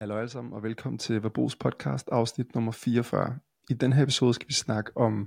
Hallo alle sammen, og velkommen til Verbos podcast, afsnit nummer 44. I den her episode skal vi snakke om,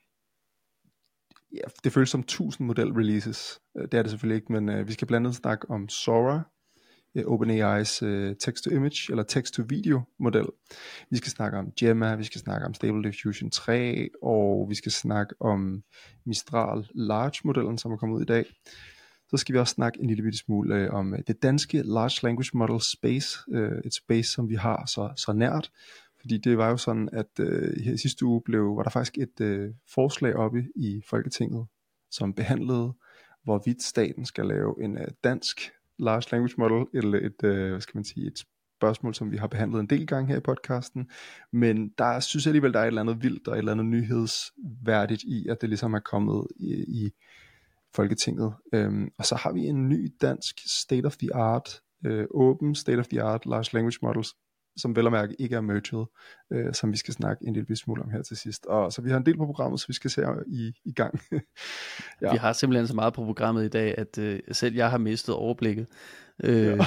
det føles som 1000 model releases. Det er det selvfølgelig ikke, men vi skal blandt andet snakke om Sora, OpenAI's text-to-image eller text-to-video model. Vi skal snakke om Gemma, vi skal snakke om Stable Diffusion 3, og vi skal snakke om Mistral Large-modellen, som er kommet ud i dag. Så skal vi også snakke en lille bitte smule om det danske Large Language Model Space, et space, som vi har så nært. Fordi det var jo sådan, at her i sidste uge var der faktisk et forslag oppe i Folketinget, som behandlede, hvorvidt staten skal lave en dansk Large Language Model, eller et spørgsmål, som vi har behandlet en del gange her i podcasten. Men der synes jeg alligevel, der er et eller andet vildt og et eller andet nyhedsværdigt i, at det ligesom er kommet i Folketinget. Og så har vi en ny dansk state of the art, open state of the art large language models, som vel og mærke ikke er merged, som vi skal snakke en lille smule om her til sidst. Og så vi har en del på programmet, så vi skal se i gang. Ja. Vi har simpelthen så meget på programmet i dag, at selv jeg har mistet overblikket. Eller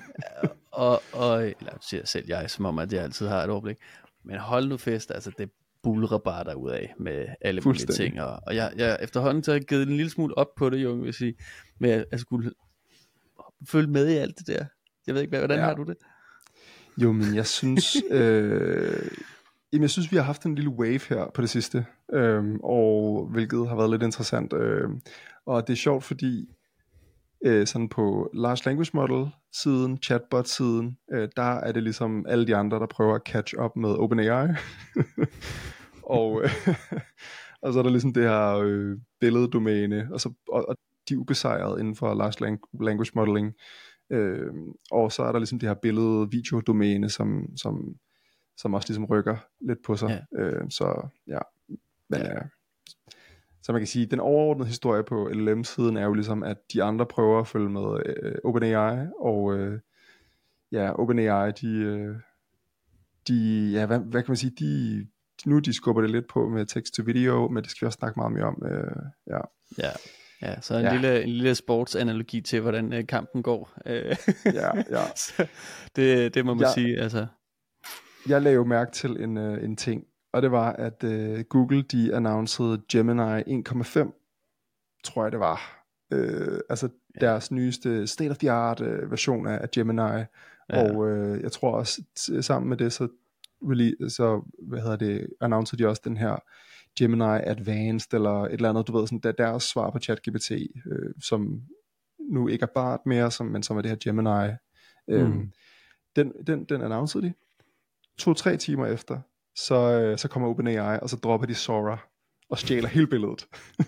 siger selv jeg, som om at jeg altid har et overblik. Men hold nu fest, altså det bulrer bare derudad med alle mulige ting. Og jeg efterhånden så har jeg givet en lille smule op på det, Junge, vil jeg sige, med at skulle følge med i alt det der. Jeg ved ikke, hvordan har du det? Jo, men jeg synes, jeg synes, vi har haft en lille wave her på det sidste, og hvilket har været lidt interessant. Og det er sjovt, fordi sådan på Large Language Model siden, chatbot siden, der er det ligesom alle de andre, der prøver at catch up med OpenAI. og så er der ligesom det her billeddomæne, og de er ubesejret inden for Large Language Modeling. Og så er der ligesom det her billede-video-domæne, som også ligesom rykker lidt på sig. Ja. Så man kan sige, den overordnede historie på LLM-siden er jo ligesom, at de andre prøver at følge med OpenAI, og OpenAI, hvad kan man sige, nu de skubber det lidt på med text-to-video, men det skal vi også snakke meget mere om. Ja, så en lille sportsanalogi til, hvordan kampen går. Så det må man sige. Altså. Jeg lagde jo mærke til en ting, og det var, at Google, de annoncerede Gemini 1,5, tror jeg det var. Deres nyeste state-of-the-art version af Gemini. Ja. Og jeg tror også, sammen med det, så annoncerede de også den her Gemini Advanced, eller et eller andet, du ved, sådan deres svar på ChatGPT, som nu ikke er BART mere, men som er det her Gemini. Den annoncerede de. 2-3 timer efter, så kommer OpenAI, og så dropper de Sora, og stjæler hele billedet.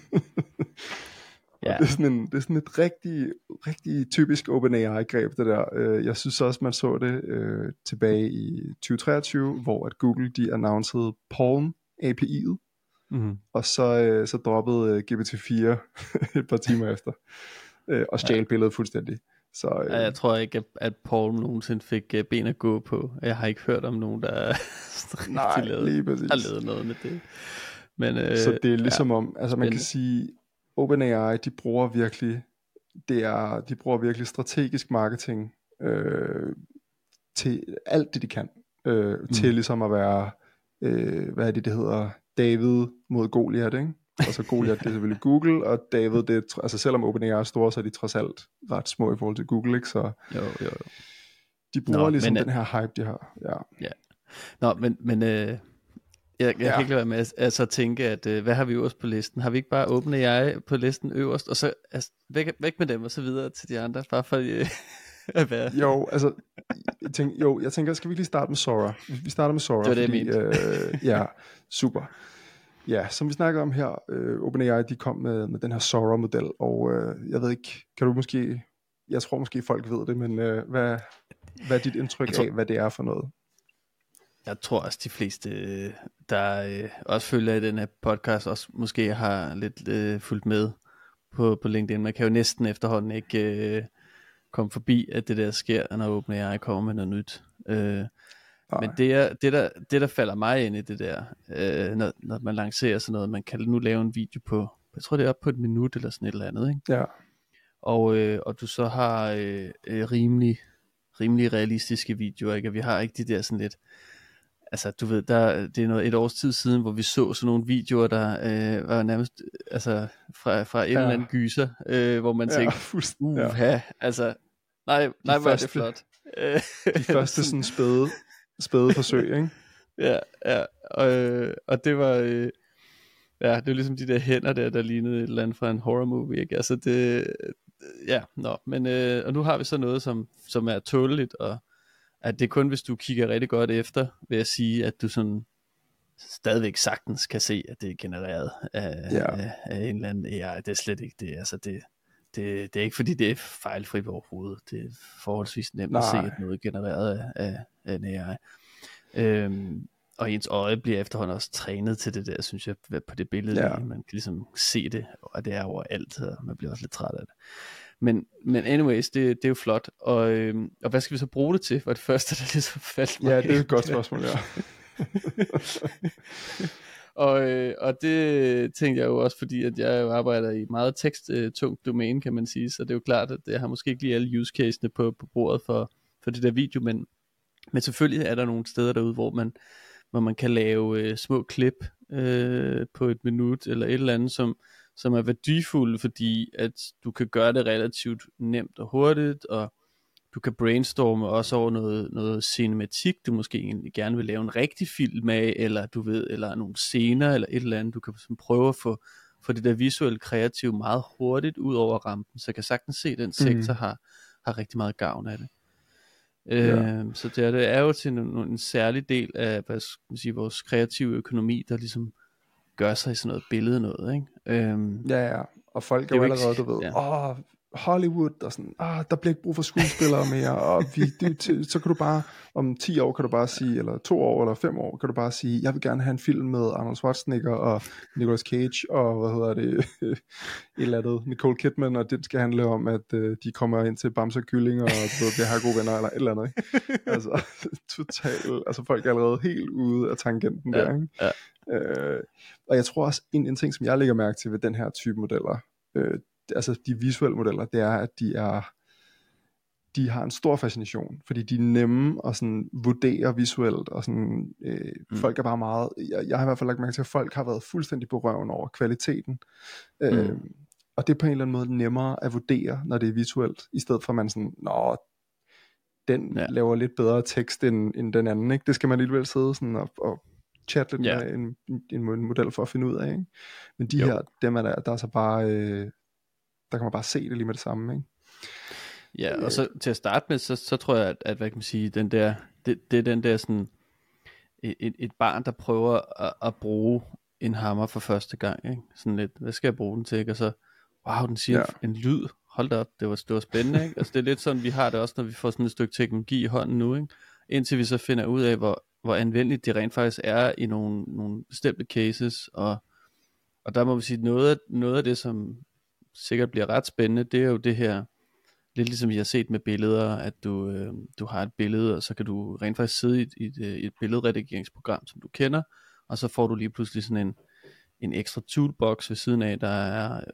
Ja. Det er sådan et rigtig typisk OpenAI-greb, det der. Jeg synes også, man så det tilbage i 2023, hvor at Google, de annoncerede Palm API'et, og så droppede GPT-4 et par timer efter, og stjal billedet fuldstændig. Så, jeg tror ikke, at Palm nogensinde fik ben at gå på. Jeg har ikke hørt om nogen, der har lavet noget med det. Men, så det er ligesom om, altså man kan sige, OpenAI, de bruger virkelig strategisk marketing til alt det, de kan. Til ligesom at være, hvad er det hedder, David mod Goliat, ikke? Og så Goliat, det er selvfølgelig Google, og David, det er, altså selvom OpenAI er store, så er de trods alt ret små i forhold til Google, ikke? Så jo. De bruger den her hype, de har. Ja. Nå, men jeg kan ikke lade være med at tænke, at hvad har vi øverst på listen? Har vi ikke bare OpenAI på listen øverst, og så væk med dem, og så videre til de andre, bare for at være... Jo, altså, jeg tænker, skal vi lige starte med Sora? Vi starter med Sora, det ja, super. Ja, som vi snakker om her, OpenAI, de kom med den her Sora-model, og jeg ved ikke, kan du måske, jeg tror måske folk ved det, men hvad er dit indtryk af, hvad det er for noget? Jeg tror også de fleste, der også følger i den her podcast, også måske har lidt fulgt med på LinkedIn. Man kan jo næsten efterhånden ikke komme forbi, at det der sker, når OpenAI kommer med noget nyt. Men det der falder mig ind i det der, når man lancerer sådan noget, man kan nu lave en video på, jeg tror det er op på 1 minut eller sådan et eller andet, ikke? Ja. Og du så har rimelig realistiske videoer, ikke? Og vi har ikke de der sådan lidt, altså du ved, det er et års tid siden, hvor vi så sådan nogle videoer, der var nærmest, altså fra en eller anden gyser, hvor man tænkte, altså, nej, hvor er det flot. De første sådan spæde forsøg, ikke? Ja, og det var, ja, det var ligesom de der hænder der lignede et eller andet fra en horror movie, ikke? Altså det, men, og nu har vi så noget, som er tåleligt, og at det er kun, hvis du kigger rigtig godt efter, vil jeg sige, at du sådan stadigvæk sagtens kan se, at det er genereret af en eller anden AI. Det er slet ikke det. Altså det er ikke, fordi det er fejlfrit overhovedet. Det er forholdsvis nemt at se, at noget er genereret af en AI. Og ens øje bliver efterhånden også trænet til det der, synes jeg, på det billede. Man kan ligesom se det, og det er overalt, og man bliver også lidt træt af det. Men anyways, det er jo flot. Og hvad skal vi så bruge det til? Var det første, der ligesom faldt mig? Ja, det er et godt spørgsmål, ja. og det tænkte jeg jo også, fordi at jeg jo arbejder i meget teksttungt domæne, kan man sige, så det er jo klart, at jeg har måske ikke lige alle use casene på bordet for det der video, men selvfølgelig er der nogle steder derude, hvor man kan lave små klip på et minut, eller et eller andet, som er værdifulde, fordi at du kan gøre det relativt nemt og hurtigt, og du kan brainstorme også over noget cinematik, du måske egentlig gerne vil lave en rigtig film af, eller du ved, eller nogle scener, eller et eller andet, du kan prøve at få det der visuelle kreative meget hurtigt ud over rampen, så jeg kan sagtens se, at den sektor har rigtig meget gavn af det. Så det er jo til en særlig del af, hvad skal man sige, vores kreative økonomi, der ligesom gør sig i sådan noget billede noget, ikke? Og folk er jo allerede, du ved, Hollywood, og sådan, der bliver ikke brug for skuespillere mere, og så kan du bare, om 10 år kan du bare sige, eller 2 år, eller 5 år, kan du bare sige, jeg vil gerne have en film med Arnold Schwarzenegger, og Nicolas Cage, og et eller andet, Nicole Kidman, og det skal handle om, at de kommer ind til Bamse og Kylling, og du ved, bliver her gode venner, eller et eller andet, ikke? Altså, totalt, altså folk er allerede helt ude af tangenten der, ikke? Og jeg tror også, en ting, som jeg lægger mærke til ved den her type modeller, altså de visuelle modeller, det er, at de har en stor fascination, fordi de er nemme at sådan vurdere visuelt, og sådan, folk er bare meget, jeg har i hvert fald lagt mærke til, at folk har været fuldstændig på røven over kvaliteten, og det er på en eller anden måde nemmere at vurdere, når det er visuelt, i stedet for at man sådan, den laver lidt bedre tekst end den anden, ikke? Det skal man alligevel sidde sådan og chatte lidt med en model for at finde ud af, ikke? Men de her, dem der er så bare, der kan man bare se det lige med det samme, ikke? Ja, og så til at starte med, så tror jeg, at hvad kan man sige, det er den der sådan, et barn, der prøver at bruge en hammer for første gang, ikke? Sådan lidt, hvad skal jeg bruge den til, ikke? Og så, wow, den siger en lyd, hold da op, det var spændende, ikke? Altså det er lidt sådan, vi har det også, når vi får sådan et stykke teknologi i hånden nu, ikke? Indtil vi så finder ud af, hvor anvendeligt det rent faktisk er i nogle bestemte cases, og der må vi sige, noget af det, som sikkert bliver ret spændende, det er jo det her, lidt ligesom vi har set med billeder, at du har et billede, og så kan du rent faktisk sidde i et billedredigeringsprogram, som du kender, og så får du lige pludselig sådan en ekstra toolbox ved siden af, der er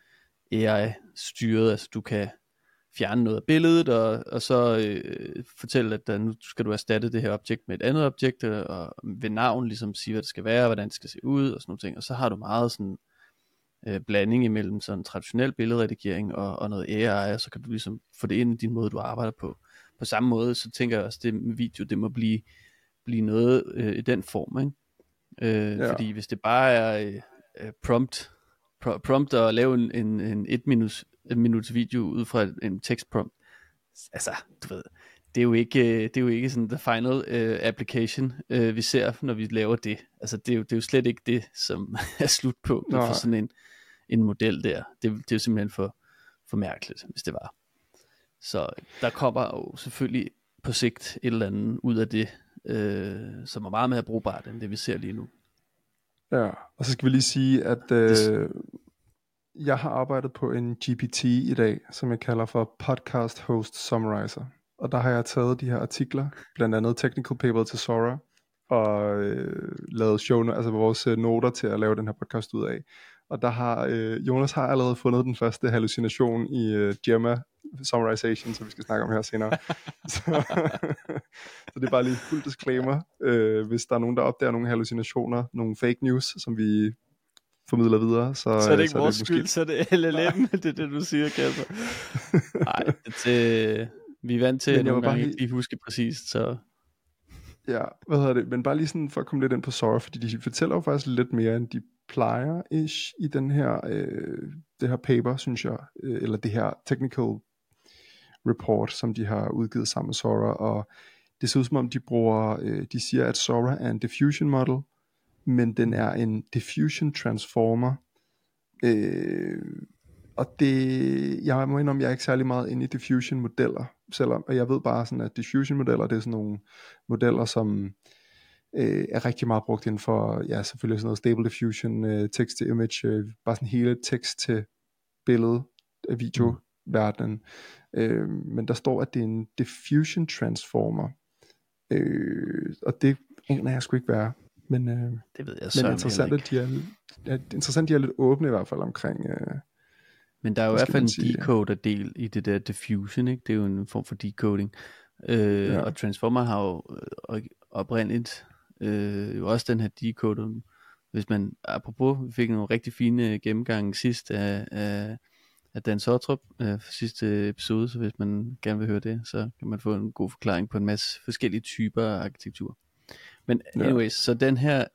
AI-styret, altså du kan fjerne noget af billedet, og så fortælle, at nu skal du erstatte det her objekt med et andet objekt, og ved navn ligesom sige, hvad det skal være, hvordan det skal se ud, og sådan nogle ting, og så har du meget sådan blanding imellem sådan traditionel billedredigering og noget AI, og så kan du ligesom få det ind i din måde, du arbejder på. På samme måde, så tænker jeg også, det med video, det må blive noget i den form, ikke? Fordi hvis det bare er prompt at lave en 1 minuts video ud fra en tekstprompt, altså, du ved, det er jo ikke sådan the final application, vi ser, når vi laver det. Altså, det er jo slet ikke det, som er slut på for sådan en model der. Det er jo simpelthen for mærkeligt, hvis det var. Så der kommer jo selvfølgelig på sigt et eller andet ud af det, som er meget mere brugbart, end det vi ser lige nu. Ja, og så skal vi lige sige, at jeg har arbejdet på en GPT i dag, som jeg kalder for Podcast Host Summarizer. Og der har jeg taget de her artikler, blandt andet technical paper til Sora, og lavet vores noter til at lave den her podcast ud af. Og der har Jonas har allerede fundet den første hallucination i Gemma summarization, som vi skal snakke om her senere. Så det er bare lige fuld disclaimer. Hvis der er nogen, der opdager nogle hallucinationer, nogle fake news, som vi formidler videre, så er det ikke vores måske... skyld, så er det LLM, det er det, du siger, Kasper. Nej, vi er vant til at nogle gange ikke lige huske præcist, så... Ja, hvad hedder det? Men bare lige sådan for at komme lidt ind på Sora, fordi de fortæller jo faktisk lidt mere, end de plejer-ish i den her, det her paper, synes jeg, eller det her technical report, som de har udgivet sammen med Sora, og det ser ud som om de siger, at Sora er en diffusion model, men den er en diffusion transformer, og jeg må indrømme, jeg er ikke særlig meget inde i diffusion modeller, selvom jeg ved bare sådan, at diffusion modeller, det er sådan nogle modeller, som er rigtig meget brugt inden for, ja, selvfølgelig sådan noget stable diffusion, text to image, bare sådan hele tekst til billede, video verdenen. Men der står, at det er en diffusion transformer, og det aner jeg sgu ikke være. Men det ved jeg men interessant, at de er lidt åbne i hvert fald omkring. Men der er jo i hvert fald en decoder-del i det der diffusion, ikke? Det er jo en form for decoding. Og Transformer har jo oprindeligt jo også den her decoder. Hvis man, apropos, vi fik nogle rigtig fine gennemgange sidst af Dan Sottrup for sidste episode, så hvis man gerne vil høre det, så kan man få en god forklaring på en masse forskellige typer af arkitektur. Men anyways, så den her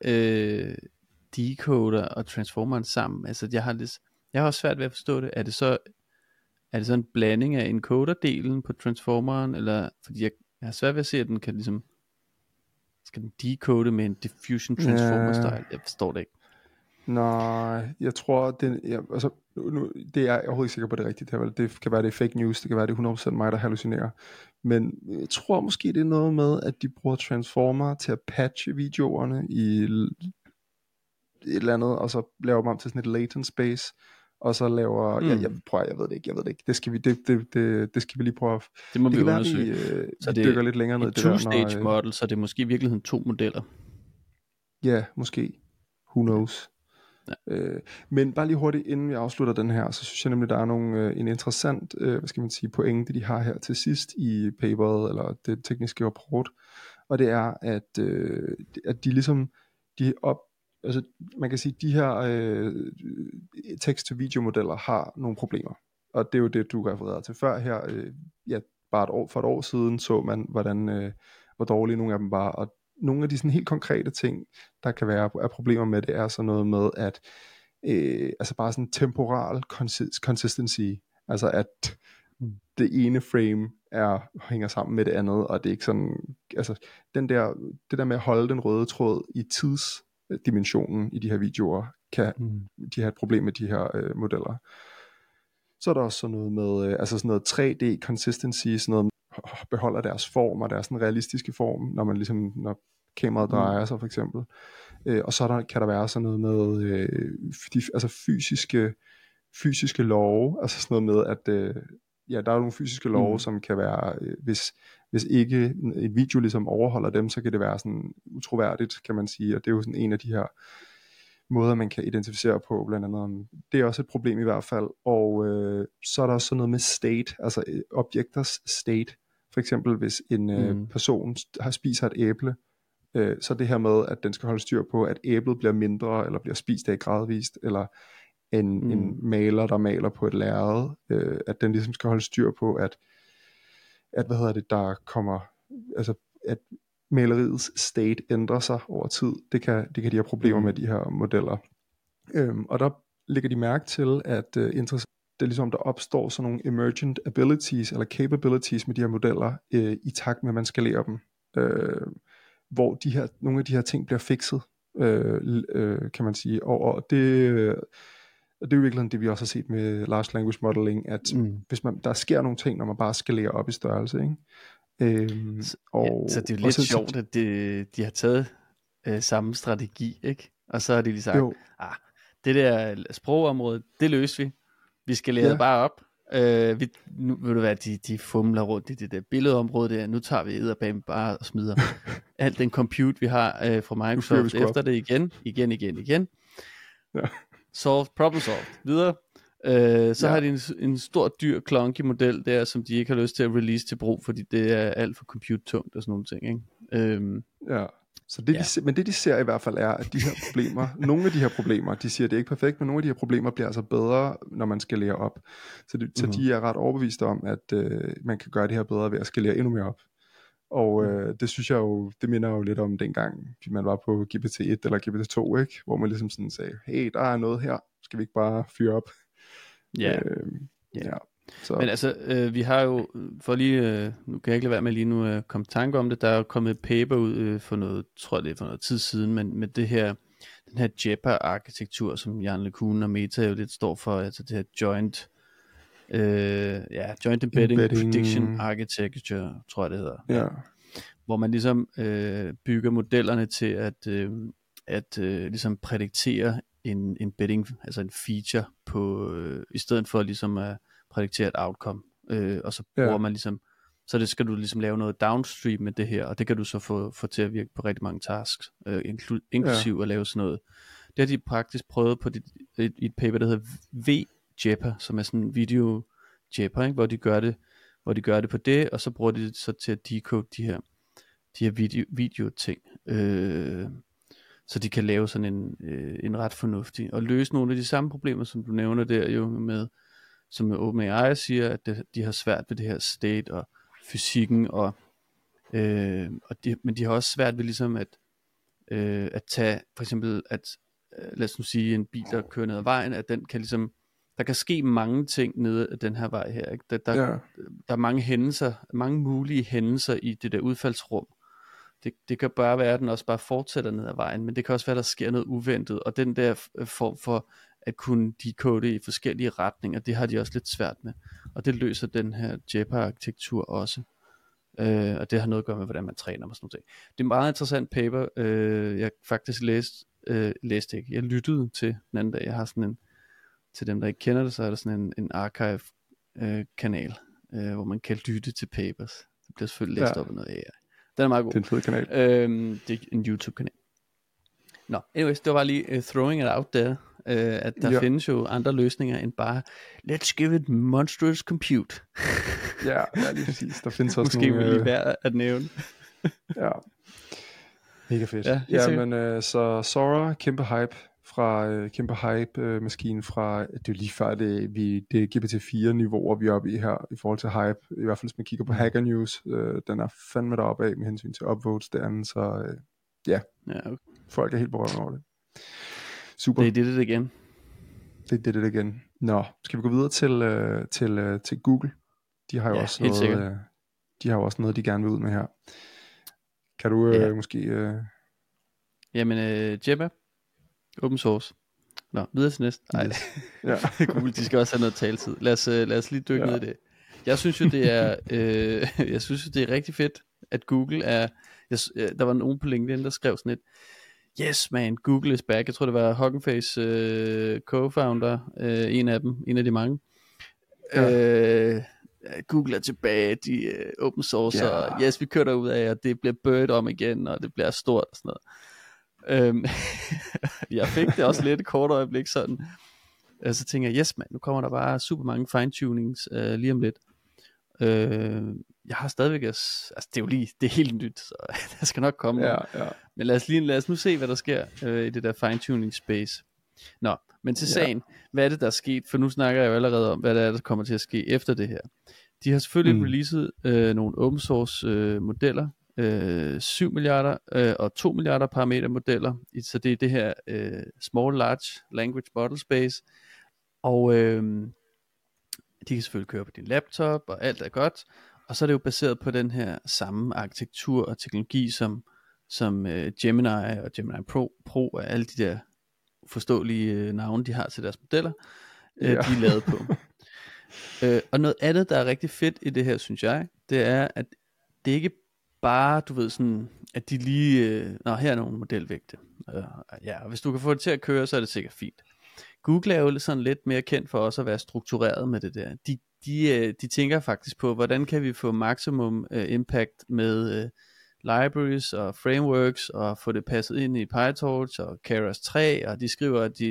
decoder og transformeren sammen, altså jeg har også svært ved at forstå det. Er det så en blanding af encoder-delen på transformeren, eller fordi jeg har svært ved at se, at den kan ligesom, skal den decode med en diffusion transformer style? Jeg forstår det ikke. Nej, jeg tror, det er jeg overhovedet ikke sikker på, det er rigtigt. Det kan være, det er fake news, det kan være, det er 100% mig, der hallucinerer. Men jeg tror måske, det er noget med, at de bruger transformer til at patche videoerne i et eller andet, og så laver man om til sådan et latent space, og så laver, jeg ved det ikke, det skal vi lige prøve. Det må vi undersøge. Så det dykker lidt længere ned i det der. Two-stage model, så det er måske i virkeligheden 2 modeller. Ja, måske. Who knows? Ja. Men bare lige hurtigt, inden vi afslutter den her, så synes jeg nemlig, der er en interessant, pointe, de har her til sidst i paperet, eller det tekniske rapport, og det er, at de ligesom, altså man kan sige, de her tekst-to-video modeller har nogle problemer, og det er jo det, du refererede til før her, bare for et år siden så man, hvor dårlige nogle af dem var, og nogle af de sådan helt konkrete ting, der kan være af problemer med det, er sådan noget med, at altså bare sådan temporal consistency, altså at det ene frame hænger sammen med det andet, og det er ikke sådan, altså det der med at holde den røde tråd i tidsdimensionen i de her videoer, kan de have et problem med de her modeller. Så er der også sådan noget med, altså sådan noget 3D consistency, sådan noget beholder deres form og deres sådan realistiske form, når kameraet drejer sig for eksempel. Og så kan der være sådan noget med altså fysiske love, altså sådan noget med, at der er nogle fysiske love, som kan være, hvis ikke et video ligesom overholder dem, så kan det være sådan utroværdigt, kan man sige, og det er jo sådan en af de her måder, man kan identificere på, blandt andet. Det er også et problem i hvert fald, og så er der også sådan noget med state, altså objekters state. For eksempel, hvis en person spiser et æble, så det her med, at den skal holde styr på, at æblet bliver mindre, eller bliver spist af gradvist, eller en maler, der maler på et lærred, at den ligesom skal holde styr på, at der kommer, altså at maleriets state ændrer sig over tid. Det kan de have problemer med, de her modeller. Og der lægger de mærke til, at det er ligesom, der opstår sådan nogle emergent abilities, eller capabilities med de her modeller, i takt med, at man skalerer dem. Hvor nogle af de her ting bliver fikset, kan man sige. Og det er jo virkelig det, vi også har set med large language modeling, at hvis der sker nogle ting, når man bare skalerer op i størrelse, ikke? Så det er jo lidt sjovt, at de har taget samme strategi, ikke? Og så har de lige sagt, det der sprogområde, det løser vi. Vi skalerer bare op. Nu ved du hvad, de fumler rundt i det der billedområde der. Nu tager vi edderbame bare og smider alt den compute vi har fra Microsoft efter det igen. Ja. problem solved. Videre. Så har de en stor, dyr, clunky model der, som de ikke har lyst til at release til brug, fordi det er alt for compute-tungt og sådan nogle ting, ikke? Ja. Så men det de ser i hvert fald er, at de her problemer, nogle af de her problemer, de siger, at det er ikke perfekt, men nogle af de her problemer bliver altså bedre, når man skalerer op. Så de er ret overbeviste om, at man kan gøre det her bedre ved at skalere endnu mere op. Og det synes jeg jo, det minder jo lidt om dengang, man var på GPT-1 eller GPT-2, ikke? Hvor man ligesom sådan sagde, hey, der er noget her, skal vi ikke bare fyre op? Ja. Så. Men altså, vi har jo, for lige, nu kan jeg ikke lade være med lige nu komme i tanke om det, der er jo kommet et paper ud for noget, tror jeg det er for noget tid siden, men med det her, den her JEPA-arkitektur, som Jan LeCun og Meta jo lidt står for, altså det her Joint Embedding Prediction Architecture, tror jeg det hedder. Ja. Hvor man ligesom bygger modellerne til at ligesom prædiktere en embedding, altså en feature på, i stedet for ligesom at prædiktere et outcome, og så bruger man ligesom, så det skal du ligesom lave noget downstream med det her, og det kan du så få til at virke på rigtig mange tasks, inklusiv at lave sådan noget. Det har de praktisk prøvet på et paper, der hedder VJEPA, som er sådan en video JEPA, ikke? Hvor de gør det på det, og så bruger de det så til at decode de her video ting, så de kan lave sådan en ret fornuftig, og løse nogle af de samme problemer, som du nævner der jo med, som med OpenAI siger, at de har svært ved det her state og fysikken, men de har også svært ved ligesom at tage, for eksempel, lad os nu sige, en bil, der kører ned ad vejen, at den kan ligesom, der kan ske mange ting nede ad den her vej her, ikke? Der er mange hændelser, mange mulige hændelser i det der udfaldsrum. Det kan bare være, at den også bare fortsætter ned ad vejen, men det kan også være, at der sker noget uventet, og den der form for at kunne decode i forskellige retninger, det har de også lidt svært med, og det løser den her JEPA-arkitektur også, og det har noget at gøre med, hvordan man træner og sådan noget. Det er en meget interessant paper, jeg faktisk læste ikke, jeg lyttede til den anden dag, jeg har sådan en, til dem der ikke kender det, så er der sådan en archive-kanal, hvor man kan lytte til papers, det bliver selvfølgelig læst op af noget AI. Den er meget god. Det er en fed kanal. Det er en YouTube-kanal. Nå, anyways, det var bare lige throwing it out there, at der findes jo andre løsninger end bare, let's give it monstrous compute. ja, lige præcis. Der findes også måske nogle... lige værd at nævne. ja. Mega fedt. Ja, men så Sora, kæmpe hype maskine fra, det er lige før det er GPT-4 niveauer vi er oppe i her, i forhold til hype, i hvert fald hvis man kigger på Hacker News, den er fandme deroppe af med hensyn til upvotes derinde, så okay. Folk er helt berømt over det. Super. Det er det igen. Det er det igen. Nå, skal vi gå videre til Google? De har jo også noget, de har jo også noget, de gerne vil ud med her. Kan du måske... Jamen, JEPA, open source. Nå, videre til næste. Nej, Google, de skal også have noget taletid. Lad os lige dykke ned i det. Jeg synes jo, det er, det er rigtig fedt, at Google er... der var nogen på LinkedIn, der skrev sådan et, yes man, Google is back. Jeg tror, det var Hugging Face co-founder, en af dem, en af de mange. Google er tilbage, de open source, og yes, vi kører derud af, og det bliver bird om igen, og det bliver stort og sådan noget. Jeg fik det også lidt et kort øjeblik sådan, så tænker jeg, yes man, nu kommer der bare super mange fine-tunings lige om lidt. Jeg har stadigvæk, altså det er jo lige, det er helt nyt, så der skal nok komme men lad os nu se, hvad der sker i det der fine-tuning space. Nå, men til sagen, hvad er det der er sket, for nu snakker jeg jo allerede om, hvad der er, der kommer til at ske efter det her. De har selvfølgelig releaset nogle open source modeller, 7 milliarder og 2 milliarder parameter modeller, så det er det her small large language model space, og de kan selvfølgelig køre på din laptop, og alt er godt, og så er det jo baseret på den her samme arkitektur og teknologi, som Gemini og Gemini Pro og alle de der forståelige navne, de har til deres modeller, de er lavet på. Og noget andet, der er rigtig fedt i det her, synes jeg, det er, at det ikke bare, du ved sådan, at de lige, her er nogle modelvægte. Og hvis du kan få det til at køre, så er det sikkert fint. Google er jo sådan lidt mere kendt for også at være struktureret med det der. De tænker faktisk på, hvordan kan vi få maximum impact med libraries og frameworks, og få det passet ind i PyTorch og Keras 3, og de skriver, at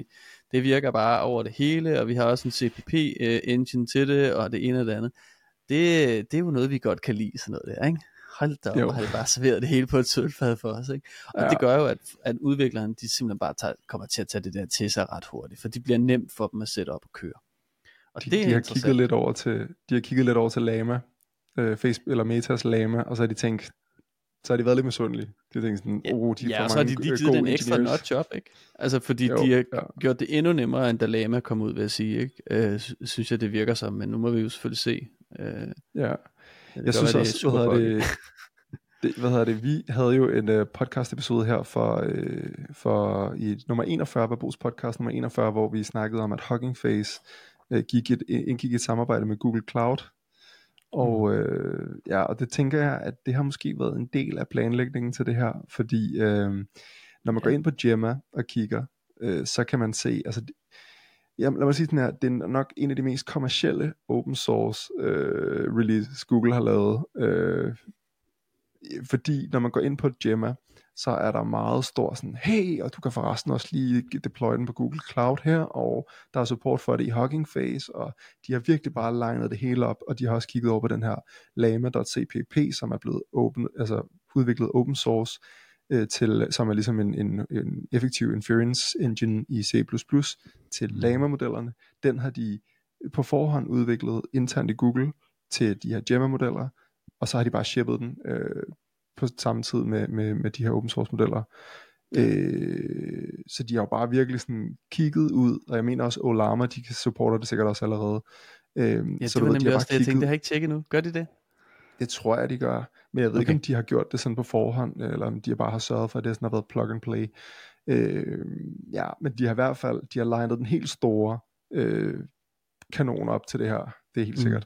Det virker bare over det hele, og vi har også en CPP-engine til det, og det ene og det andet. Det er jo noget, vi godt kan lide, sådan noget der, ikke? Hold da op, har det bare serveret det hele på et sølvfad for os, ikke? Og det gør jo, at udviklerne, de simpelthen bare kommer til at tage det der til sig ret hurtigt, for det bliver nemt for dem at sætte op og køre. Og det er de har kigget lidt over til Llama, Facebook eller Metas Llama, og så har de tænkt, så har de været lidt misundelige. De har tænkt sådan, de og så har de givet den ekstra notch op, ikke? Altså fordi de har gjort det endnu nemmere, end da Llama kom ud, vil jeg sige, ikke? Synes jeg, det virker som, men nu må vi jo selvfølgelig se. Jeg synes også, vi havde jo en podcast episode her for i nummer 41, Babos podcast nummer 41, hvor vi snakkede om, at Hugging Face indgik et samarbejde med Google Cloud. Og og det tænker jeg, at det har måske været en del af planlægningen til det her, fordi når man går ind på Gemma og kigger, så kan man se, altså lad mig sige sådan her, det er nok en af de mest kommercielle open source releases Google har lavet, fordi når man går ind på Gemma, så er der meget stor sådan, hey, og du kan forresten også lige deploye den på Google Cloud her, og der er support for det i Hugging Face, og de har virkelig bare legnet det hele op, og de har også kigget over på den her Llama.cpp, som er blevet udviklet open source, som er ligesom en effektiv inference engine i C++ til Llama-modellerne. Den har de på forhånd udviklet internt i Google til de her Gemma-modeller, og så har de bare shippet den på samme tid med de her open source modeller. Så de har jo bare virkelig sådan kigget ud, og jeg mener også Ollama, de kan supporter det sikkert også allerede. Så det var nemlig også det, jeg tænkte, det har ikke tjekket nu. Gør de det? Det tror jeg, de gør. Men jeg ved ikke, om de har gjort det sådan på forhånd, eller om de bare har sørget for, at det sådan har været plug and play. Men de har i hvert fald, de har legnet den helt store kanon op til det her. Det er helt sikkert.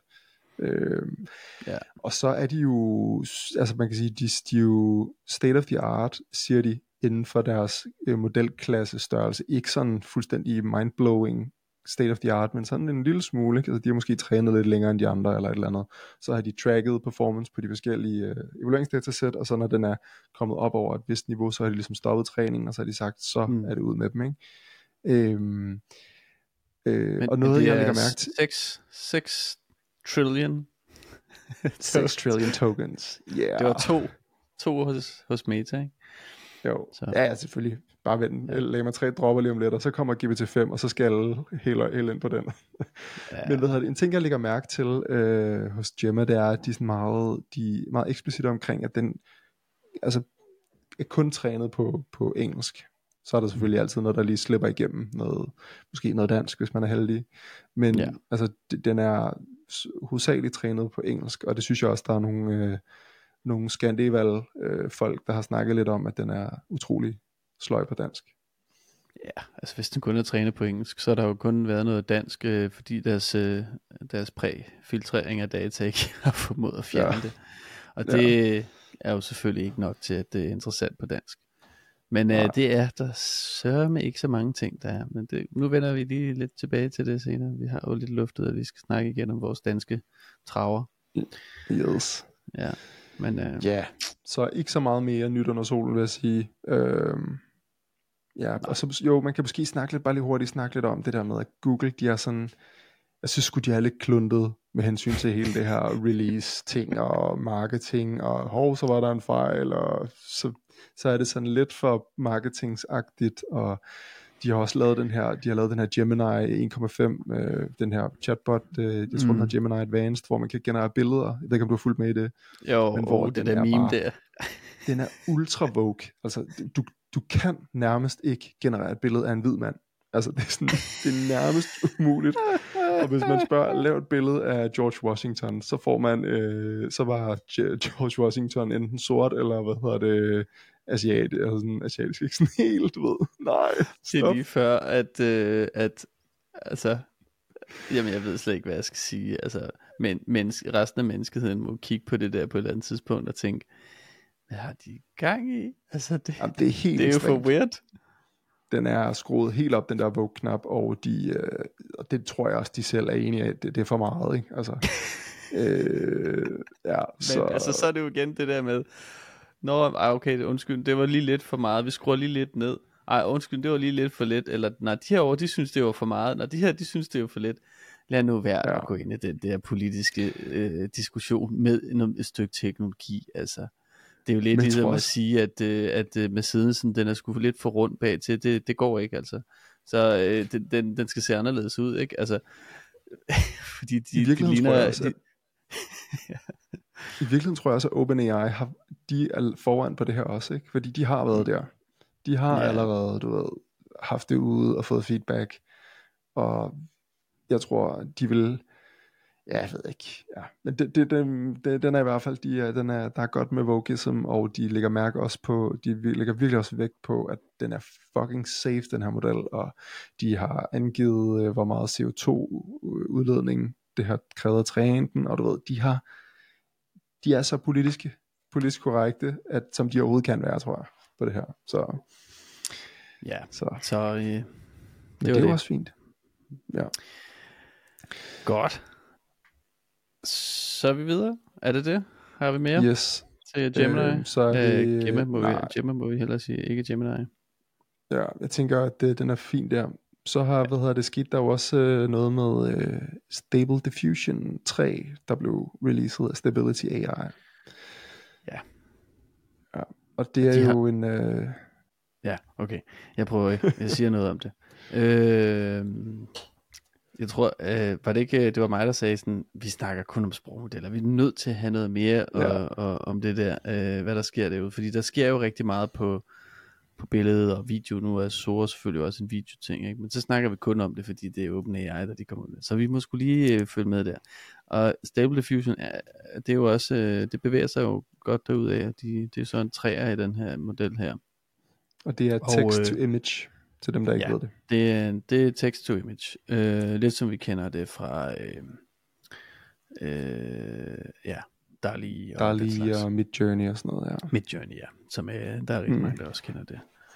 Og så er de jo, altså man kan sige, de er jo state of the art, siger de, inden for deres modelklasse størrelse. Ikke sådan fuldstændig mindblowing state of the art, men sådan en lille smule, ikke? Altså de har måske trænet lidt længere end de andre, eller et eller andet. Så har de tracket performance på de forskellige evalueringsdatasæt, og så når den er kommet op over et vist niveau, så har de ligesom stoppet træningen, og så har de sagt, så er det ud med dem, ikke? Og noget jeg lægger mærke til 6 trillion 6 trillion tokens. Det var to hos Meta, ikke? Jo, så. Ja, selvfølgelig. Bare vent. Llama 3 dropper lige om lidt, og så kommer GPT-5, og så skal alle helt ind på den. Men en ting, jeg lægger mærke til hos Gemma, det er, at de er meget eksplicite omkring, at den altså er kun trænet på engelsk. Så er der selvfølgelig altid noget, der lige slipper igennem, måske noget dansk, hvis man er heldig. Men altså, den er hovedsageligt trænet på engelsk, og det synes jeg også, der er nogle Scandival folk, der har snakket lidt om, at den er utrolig sløj på dansk. Ja, altså hvis den kun er trænet på engelsk, så har der jo kun været noget dansk, fordi deres præfiltrering af data ikke har formået at fjerne det. Og det er jo selvfølgelig ikke nok til, at det er interessant på dansk. Men det er der sørme ikke så mange ting, der er. Men nu vender vi lige lidt tilbage til det senere. Vi har jo lidt luftet, at vi skal snakke igen om vores danske traver. Yes. Ja, men så ikke så meget mere nyt under solen, vil jeg sige. Og så jo, man kan måske bare lige hurtigt snakke lidt om det der med, at Google, de er sådan, jeg synes sgu, de er lidt kluntet med hensyn til hele det her release ting og marketing, og så var der en fejl, og så er det sådan lidt for marketingsagtigt, og de har også lavet den her Gemini 1.5, den her chatbot, jeg tror den hedder Gemini Advanced, hvor man kan generere billeder. Jeg ved ikke, om du har fulgt med i det. Jo, men hvor det der meme der. Den er ultra vogue. Altså, du kan nærmest ikke generere et billede af en hvid mand. Altså, det er nærmest umuligt. Og hvis man spørger, lav et billede af George Washington, så får man, så var George Washington enten sort, eller hvad hedder det, asiatisk, ikke sådan helt, du ved. Nej, stop. Det er lige før, at altså, jamen jeg ved slet ikke, hvad jeg skal sige. Altså, men resten af menneskeheden må kigge på det der på et eller andet tidspunkt og tænke, hvad har de gang i? Altså, det er jo for weird. Den er skruet helt op, den der Vogue-knap, og det tror jeg også, de selv er enige af, det er for meget, ikke? Altså, Men altså, så er det jo igen det der med, okay, undskyld, det var lige lidt for meget, vi skruer lige lidt ned, ej undskyld, det var lige lidt for lidt, eller nej, de herovre, de synes det var for meget, når de her, de synes det var for lidt. Lad nu være Ja. at gå ind i den der politiske diskussion med et stykke teknologi, altså. Det er jo lidt Men ligesom tror at også, sige, at Mercedesen, den er sgu lidt for rund bag til, det går ikke, altså. Så den skal se anderledes ud, ikke? Altså, fordi i de virkeligheden tror jeg ligner... også, at i virkeligheden tror jeg også, at OpenAI de er foran på det her også, ikke? Fordi de har været der. De har Ja, allerede, du ved, haft det ude og fået feedback, og jeg tror, de vil, ja, jeg ved ikke, ja, men den er i hvert fald, der er godt med Vogism, og de lægger mærke også på, lægger virkelig også vægt på, at den er fucking safe, den her model, og de har angivet, hvor meget CO2-udledning det har krævet at træne den, og du ved, de er så politisk korrekte, at som de overhovedet kan være, tror jeg, på det her. Så men det er jo også fint. Ja. Godt. Så er vi videre. Er det? Har vi mere? Yes. Til Gemini? Så er vi... Gemini må vi hellere sige, ikke Gemini. Ja, jeg tænker, at den er fin der. Så har, sket der jo også noget med Stable Diffusion 3, der blev releaset af Stability AI. Ja. Ja, og det er jo en... Ja, okay. Jeg prøver ikke. Jeg siger noget om det. Jeg tror, var det ikke, det var mig, der sagde sådan, vi snakker kun om sprogmodeller. Vi er nødt til at have noget mere om det der, hvad der sker derude. Fordi der sker jo rigtig meget på billedet og video. Nu er Sora selvfølgelig også en videoting, ikke? Men så snakker vi kun om det, fordi det er OpenAI, der de kommer med. Så vi må skulle lige følge med der. Og Stable Diffusion, det er jo også, det bevæger sig jo godt derudad. Det er så en træer i den her model her. Og det er text to image, til dem der ikke ved det. Det er text to image. Lidt som vi kender det fra DALL-E og Midjourney og sådan noget, ja. Midjourney, ja. Som der er rigtig mange, der også kender det.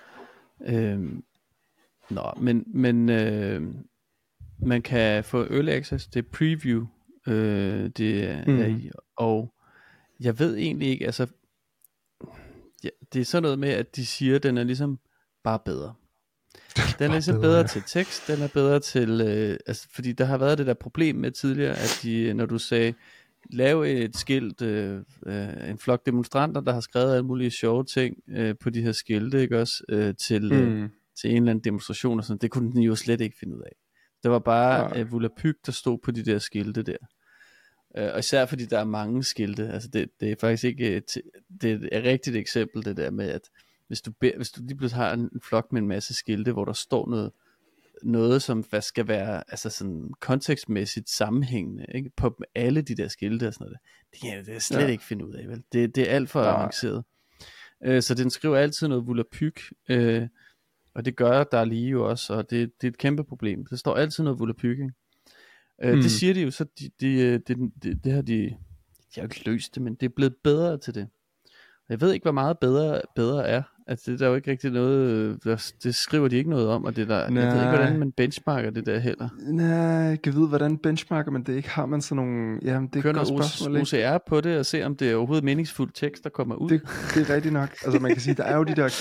Men man kan få early access, det er preview, det er i, og jeg ved egentlig ikke, altså, ja, det er sådan noget med, at de siger, at den er ligesom bare bedre. Den er ligesom bedre til tekst, den er bedre til, altså, fordi der har været det der problem med tidligere, at de, når du sagde, lave et skilt, en flok demonstranter, der har skrevet alle mulige sjove ting på de her skilte, ikke også, til en eller anden demonstration og sådan, det kunne den jo slet ikke finde ud af. Det var bare volapyk, der stod på de der skilte der. Og især fordi der er mange skilte, altså det er faktisk ikke, det er et rigtigt eksempel det der med, at hvis du lige pludselig har en flok med en masse skilte, hvor der står noget som skal være altså sådan kontekstmæssigt sammenhængende, ikke? På alle de der skilte og sådan noget, det kan jeg slet ikke finde ud af, vel? Det er alt for avanceret. Så den skriver altid noget volapyk, og det gør der lige jo også, og det er et kæmpe problem. Der står altid noget volapyk, ikke? Det siger de jo, så det har de har jo ikke løst det, men det er blevet bedre til det. Jeg ved ikke, hvor meget bedre er. Altså det er der jo ikke rigtig noget, det skriver de ikke noget om, og det der, jeg ved ikke, hvordan man benchmarker det der heller. Nej, jeg kan vide, hvordan benchmarker man det ikke. Har man sådan nogle, jamen det er et godt spørgsmål, OCR på det, og se om det er overhovedet meningsfuld tekst, der kommer ud. Det er rigtigt nok. Altså man kan sige, der er jo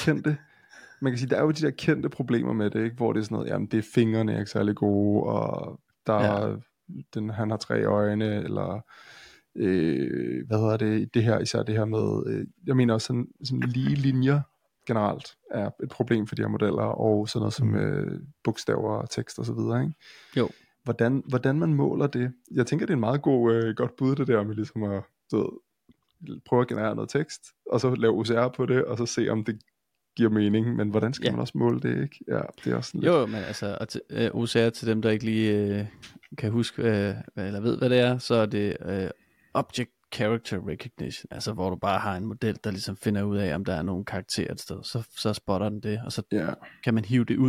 de der kendte problemer med det, ikke? Hvor det er sådan noget, jamen det er fingrene er ikke særlig gode, og han har 3 øjne, eller det her, især det her med, jeg mener også sådan lige linjer generelt er et problem for de her modeller, og sådan noget som bogstaver og tekst og så videre, ikke? Jo. Hvordan man måler det, jeg tænker det er en meget godt bud det der med ligesom at prøve at generere noget tekst, og så lave OCR på det, og så se om det giver mening, men hvordan skal man også måle det, ikke? Ja, det er også sådan lidt... Jo, men altså, OCR til dem, der ikke lige kan huske, eller ved, hvad det er, så er det Object Character Recognition, altså hvor du bare har en model, der ligesom finder ud af, om der er nogle karakterer et sted, så spotter den det, og så kan man hive det ud.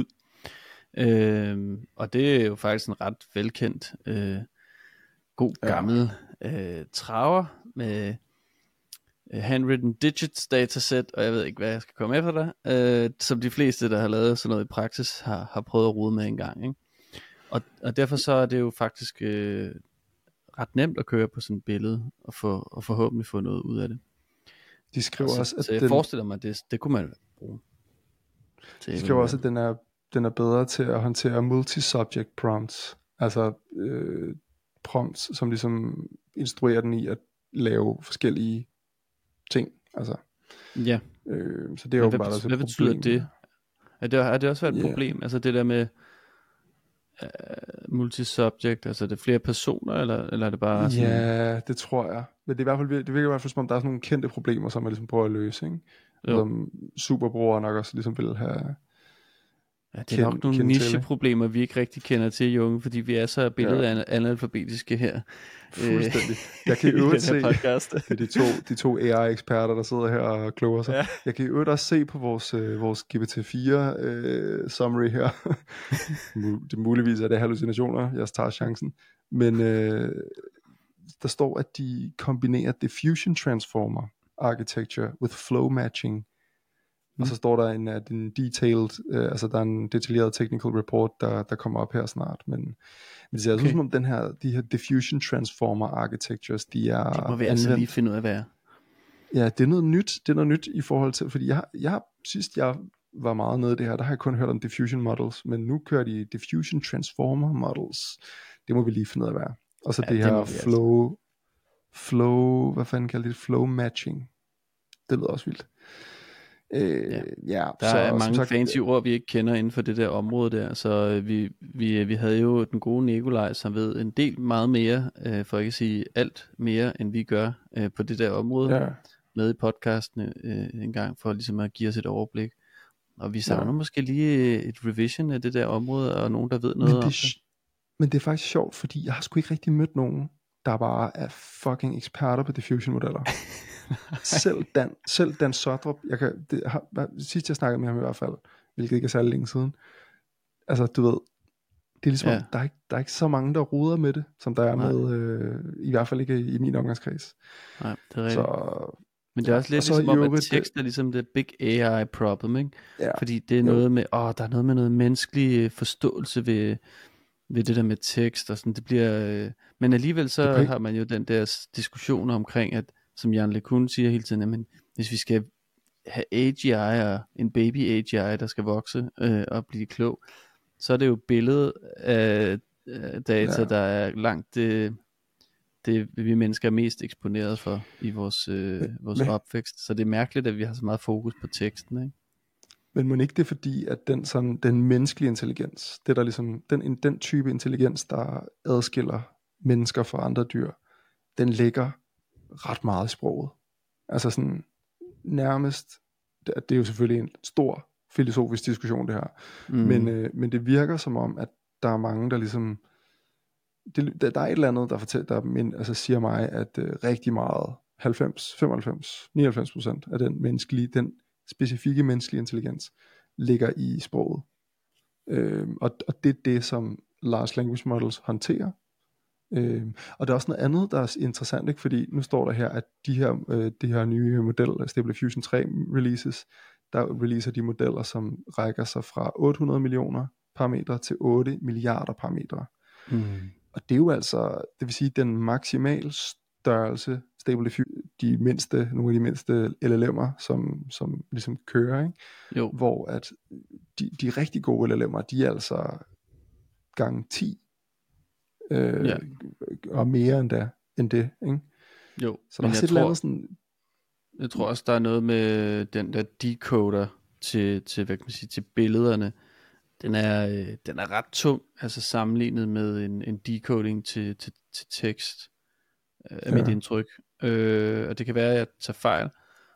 Og det er jo faktisk en ret velkendt, god gammel traver med handwritten digits dataset, og jeg ved ikke, hvad jeg skal komme efter dig, som de fleste, der har lavet sådan noget i praksis, har prøvet at rode med en gang, ikke? Og derfor så er det jo faktisk ret nemt at køre på sådan et billede, og forhåbentlig få noget ud af det. De skriver også, at så jeg forestiller mig, det kunne man bruge. De skriver også, at den er bedre til at håndtere multi-subject prompts, altså prompts, som ligesom instruerer den i at lave forskellige ting, altså. Ja. Så det er åbenbart også et problem. Hvad betyder det? Er det også været et problem? Altså det der med multi-subject, altså er det flere personer, eller er det bare sådan? Ja, det tror jeg. Men det virker i hvert fald som om, der er sådan nogle kendte problemer, som man ligesom prøver at løse, ikke? Som superbrugere nok også ligesom vil have. Ja, det er nok nogle nicheproblemer, vi ikke rigtig kender til, Junge, fordi vi er så analfabetiske her. Fuldstændig. Jeg kan i øvrigt se, det er de to AI-eksperter, der sidder her og kloger sig. Ja. Jeg kan i øvrigt også se på vores GPT-4 summary her. Det muligvis er det hallucinationer, jeg tager chancen. Men der står, at de kombinerer diffusion transformer architecture with flow matching. Og så står der en detailed, altså der er en detaljeret technical report, der kommer op her snart. Men det ser ud som om de her diffusion transformer architectures, de er... Det må vi altså lige finde ud af, hvad er. Ja, det er noget nyt. Det er noget nyt i forhold til... Fordi sidst jeg var meget nede i det her, der har jeg kun hørt om diffusion models, men nu kører de diffusion transformer models. Det må vi lige finde ud af, hvad er. Og så det her flow, hvad fanden kalder det? Flow matching. Det lyder også vildt. Der er mange fancy ord, vi ikke kender inden for det der område der, så vi havde jo den gode Nikolaj, som ved en del meget mere, for ikke at sige alt mere, end vi gør på det der område, med i podcasten en gang, for ligesom at give os et overblik. Og vi savner måske lige et revision af det der område, og nogen, der ved noget om det. Men det er faktisk sjovt, fordi jeg har sgu ikke rigtig mødt nogen, der bare er fucking eksperter på diffusion-modeller. selv Dan Sodrup, sidst jeg snakkede med ham i hvert fald, hvilket ikke er særlig længe siden, altså du ved, det er ligesom, der er ikke så mange, der roder med det, som der er med, i hvert fald ikke i min omgangskreds. Nej, det er rigtigt. Men det er også lidt ligesom om, at tekst er ligesom det big AI problem, ikke? Ja, fordi det er noget med, der er noget med noget menneskelig forståelse ved det der med tekst, og sådan, det bliver, men alligevel så har man jo den der diskussion omkring, at som Jan LeCun siger hele tiden, at hvis vi skal have AGI og en baby AGI, der skal vokse og blive klog, så er det jo billedet af data, der er langt det vi mennesker er mest eksponeret for i vores opvækst. Så det er mærkeligt, at vi har så meget fokus på teksten, ikke? Men må ikke det fordi, at den menneskelige intelligens, det der ligesom, den type intelligens, der adskiller mennesker fra andre dyr, den ligger ret meget i sproget. Altså sådan nærmest, det er jo selvfølgelig en stor filosofisk diskussion det her, men det virker som om, at der er mange, der ligesom, der er et eller andet, der fortæller, altså siger mig, at rigtig meget, 90, 95, 99% af den specifikke menneskelige intelligens ligger i sproget. Og det er det, som large language models håndterer. Og der er også noget andet, der er interessant, ikke? Fordi nu står der her, at de her nye modeller, Stable Diffusion 3 releases, der releaser de modeller, som rækker sig fra 800 millioner parametre til 8 milliarder parametre. Og det er jo altså, det vil sige, den maksimale størrelse Stable Diffusion, nogle af de mindste LLM'er, som ligesom kører, ikke? Jo. Hvor at de rigtig gode LLM'er, de er altså gange 10 og mere end det, ikke? Jo, så der er andet sådan. Jeg tror også der er noget med den der decoder til hvad kan man sige, til billederne. Den er ret tung, altså sammenlignet med en decoding til tekst, er mit indtryk. Og det kan være at jeg tager fejl,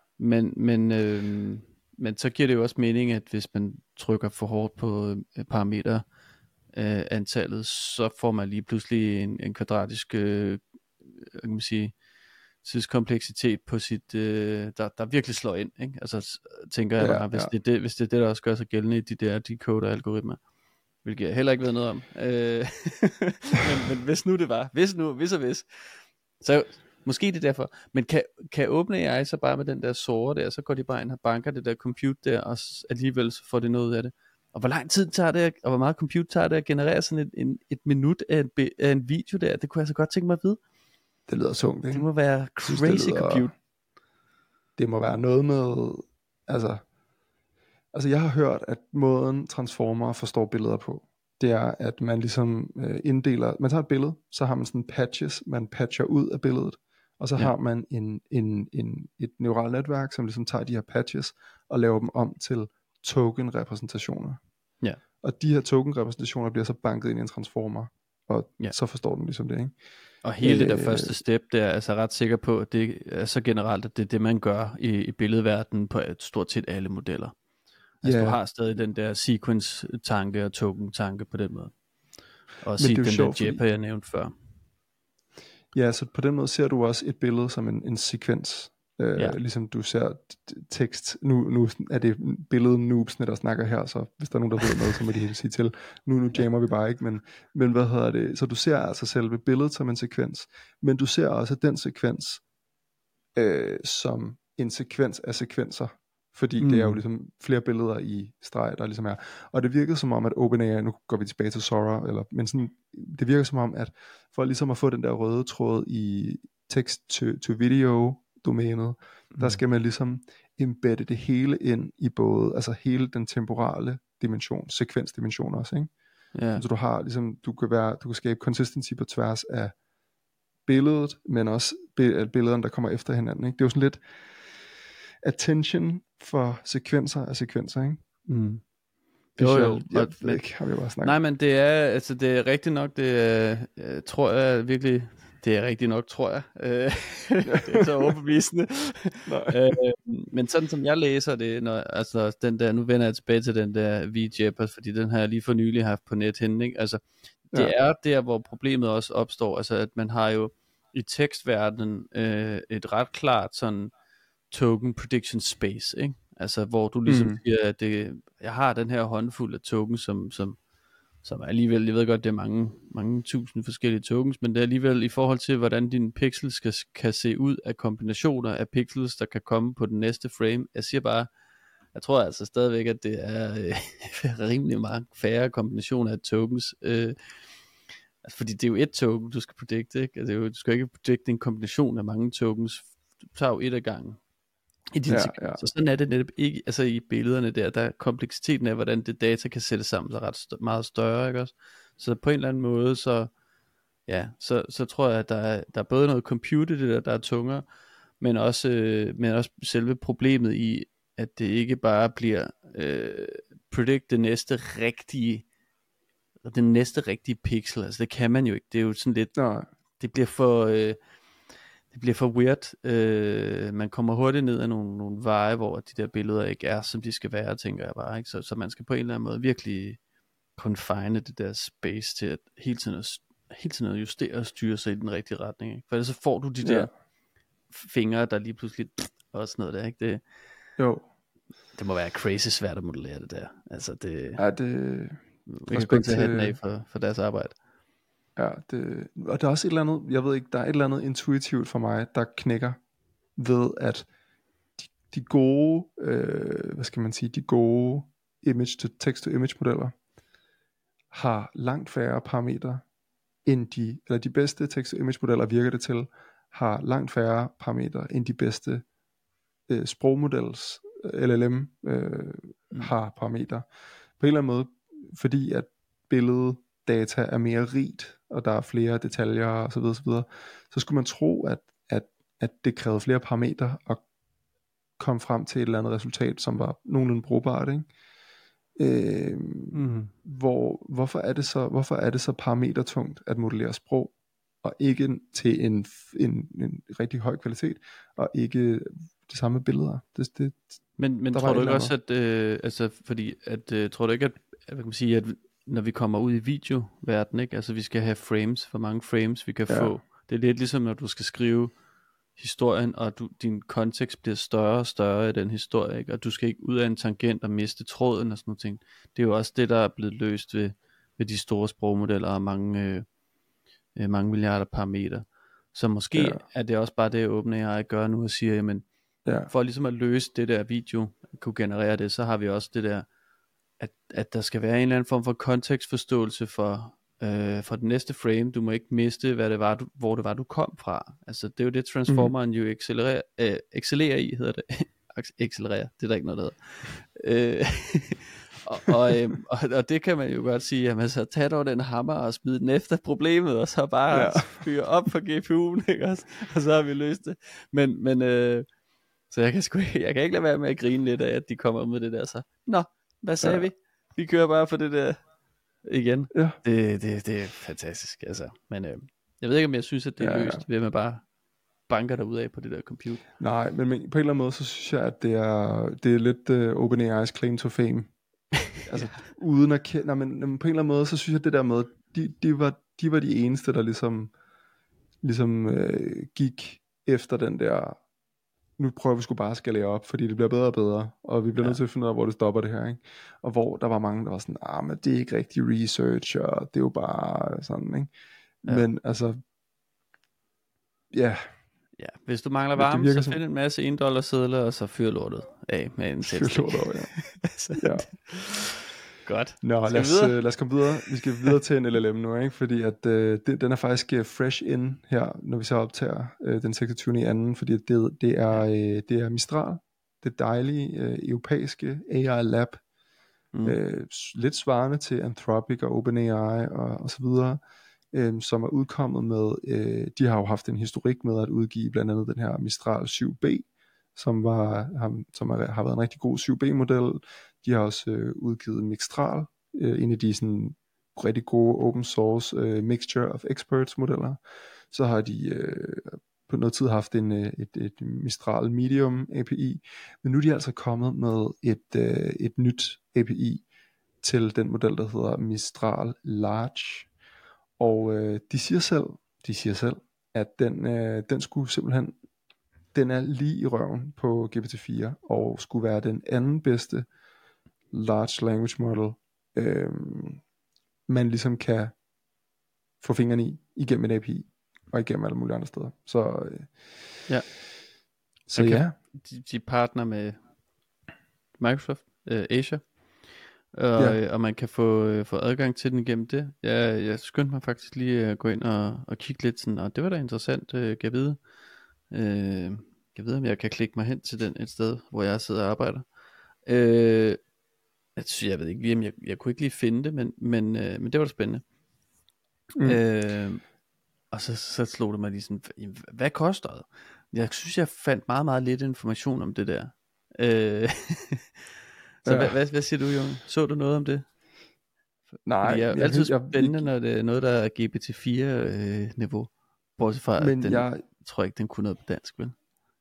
men så giver det jo også mening, at hvis man trykker for hårdt på parameter antallet, så får man lige pludselig en kvadratisk kan man sige, tidskompleksitet på sit der virkelig slår ind, ikke? Altså tænker jeg bare, hvis det er det der også gør sig gældende i de der decoder algoritmer, hvilket jeg heller ikke ved noget om, men hvis nu det var, hvis så måske det er derfor. Men kan OpenAI så bare med den der Sora der, så går de bare ind og banker det der compute der, og alligevel så får det noget ud af det. Og hvor lang tid tager det, og hvor meget compute tager det at generere sådan et minut af en video der? Det kunne jeg så godt tænke mig at vide. Det lyder tungt, ikke? Det må være crazy compute. Det må være noget med, altså, Altså jeg har hørt, at måden Transformer forstår billeder på, det er, at man ligesom inddeler, man tager et billede, så har man sådan patches, man patcher ud af billedet, og så Ja. har man et neuralt netværk, som ligesom tager de her patches, og laver dem om til token-repræsentationer. Ja. Og de her token-repræsentationer bliver så banket ind i en transformer, og så forstår den ligesom det, ikke? Og hele det der første step, der er altså ret sikker på, at det er så generelt, at det er det, man gør i billedverdenen på stort set alle modeller. Altså du har stadig den der sequence-tanke og token-tanke på den måde. Og sige den der JPEG, jeg nævnte før. Ja, så på den måde ser du også et billede som en sekvens. Ligesom du ser tekst. Nu er det billedet noobsne, der snakker her, så hvis der er nogen, der ved noget, så må de helt sige til. Nu jammer vi bare ikke, men hvad hedder det? Så du ser altså selve billedet som en sekvens, men du ser også den sekvens som en sekvens af sekvenser. Fordi det er jo ligesom flere billeder i streg, der ligesom er. Og det virkede som om, at OpenAI, nu går vi tilbage til Sora, men sådan, det virker som om, at for ligesom at få den der røde tråd i text-to-video domænet, der skal man ligesom embedde det hele ind i både, altså hele den temporale dimension, sekvensdimension også, ikke? Ja. Så du har ligesom, du kan skabe consistency på tværs af billedet, men også billederne, der kommer efter hinanden, ikke? Det er jo sådan lidt attention for sekvenser af sekvenser, ikke? Jo. Jeg ved ikke, har vi bare snakket. Nej, men det er rigtigt nok, det tror jeg virkelig, det er rigtigt nok, tror jeg. Det er så overbevisende. Men sådan som jeg læser det, altså den der, nu vender jeg tilbage til den der VJPEG, fordi den har jeg lige for nylig haft på net henne, ikke? Altså, det er der, hvor problemet også opstår, altså at man har jo i tekstverdenen et ret klart sådan token prediction space, ikke? Altså hvor du ligesom siger, at jeg har den her håndfuld af tokens, som alligevel, jeg ved godt, det er mange tusind forskellige tokens, men det er alligevel i forhold til, hvordan din pixels kan se ud af kombinationer af pixels, der kan komme på den næste frame. Jeg siger bare, jeg tror altså stadigvæk, at det er rimelig mange færre kombinationer af tokens, altså, fordi det er jo et token, du skal predikte, ikke? Altså, du skal ikke predikte en kombination af mange tokens, du tager jo et af gangen i din sekvens. Så sådan er det netop ikke, altså i billederne der kompleksiteten af, hvordan det data kan sætte sammen, er meget større, ikke også? Så på en eller anden måde, så tror jeg, at der er både noget compute det der er tungere, men også selve problemet i, at det ikke bare bliver predict den næste rigtige pixel, altså det kan man jo ikke, det er jo sådan lidt, det bliver for weird. Man kommer hurtigt ned ad nogle veje, hvor de der billeder ikke er, som de skal være, tænker jeg bare, ikke? Så man skal på en eller anden måde virkelig confine det der space til at hele tiden at justere og styre sig i den rigtige retning, ikke? For ellers så får du de der fingre, der lige pludselig og sådan noget der, ikke? Det må være crazy svært at modellere det der. Altså det... Ja, det... Vi kan kun tage hatten af for deres arbejde. Ja, og der er også et eller andet, jeg ved ikke, der er et eller andet intuitivt for mig, der knækker ved, at de gode, de gode text-to-image modeller har langt færre parametre end de bedste text-to-image modeller, virker det til, har langt færre parametre end de bedste sprogmodels LLM har parametre. På en eller anden måde, fordi at billeddata er mere rigt, og der er flere detaljer og så videre, så skulle man tro, at det krævede flere parametre at komme frem til et eller andet resultat, som var nogenlunde brugbart, ikke? Hvorfor er det så parametertungt at modellere sprog, og ikke til en rigtig høj kvalitet, og ikke de samme billeder? Men tror du ikke også, at altså fordi at tror du ikke, at hvad kan man sige, at når vi kommer ud i videoverdenen, ikke? Altså vi skal have frames, hvor mange frames vi kan få. Det er lidt ligesom når du skal skrive historien, og din kontekst bliver større og større i den historie, ikke? Og du skal ikke ud af en tangent og miste tråden og sådan noget ting. Det er jo også det, der er blevet løst ved de store sprogmodeller og mange milliarder parametre. Så måske er det også bare det, OpenAI gør nu og siger, jamen for ligesom at løse det der video, kunne generere det, så har vi også det der, at der skal være en eller anden form for kontekstforståelse for den næste frame. Du må ikke miste, hvor det var, du kom fra. Altså det er jo det, transformeren jo excellerer i, hedder det. Accelerere, det er der ikke noget, der Øh, og det kan man jo godt sige, jamen så tag dog den hammer og smid den efter problemet, og så bare fyre op for GPU'en, ikke også? Og så har vi løst det. Men så jeg kan ikke lade være med at grine lidt af, at de kommer med det der så. Nå, hvad sagde vi? Vi kører bare for det der igen. Ja. Det er fantastisk, altså. Men jeg ved ikke, om jeg synes, at det er løst, ved at man bare banker der ud af på det der computer. Nej, men på en eller anden måde, så synes jeg, at det er lidt OpenAI's claim to fame. Altså, uden at kende, men på en eller anden måde, så synes jeg, det der med, de var de eneste, der ligesom gik efter den der, nu prøver vi sgu bare at skalere op, fordi det bliver bedre og bedre, og vi bliver nødt til at finde ud af, hvor det stopper det her, ikke? Og hvor der var mange, der var sådan, men det er ikke rigtig research, og det er jo bare sådan, ikke? Ja. Men altså, ja, hvis du mangler varme, så find en masse $1 sedler, og så fyr lortet af med en test. Fyr lortet af, ja. Godt. Nå, lad os komme videre. Vi skal videre til en LLM nu, ikke? Fordi at den er faktisk fresh in her, når vi så optager den 26. fordi det er Mistral, det dejlige europæiske AI lab, lidt svarende til Anthropic og OpenAI og så videre, som er udkommet med, de har jo haft en historik med at udgive blandt andet den her Mistral 7B, som har været en rigtig god 7B-model. De har også udgivet Mixtral, en af de sådan rigtig gode open source mixture of experts modeller. Så har de på noget tid haft et Mistral Medium API, men nu er de altså kommet med et nyt API til den model, der hedder Mistral Large. Og de siger selv, at den skulle simpelthen, den er lige i røven på GPT-4, og skulle være den anden bedste large language model, man ligesom kan få fingrene i, igennem en API, og igennem alle mulige andre steder. Så de partner med Microsoft, Azure, og man kan få adgang til den igennem det. Jeg skyndte mig faktisk lige at gå ind og kigge lidt sådan, og det var da interessant, kan jeg vide. Jeg ved, om jeg kan klikke mig hen til den et sted, hvor jeg sidder og arbejder. Jeg ved ikke lige, om jeg kunne ikke lige finde det, men det var da spændende. Og så slog det mig lige sådan, hvad koster det? Jeg synes, jeg fandt meget, meget lidt information om det der. Så hvad siger du, Jon? Så du noget om det? Nej. Det er altid spændende, når det er noget, der er GPT-4 niveau. Bortset fra, at jeg tror ikke, den kunne noget på dansk, vel?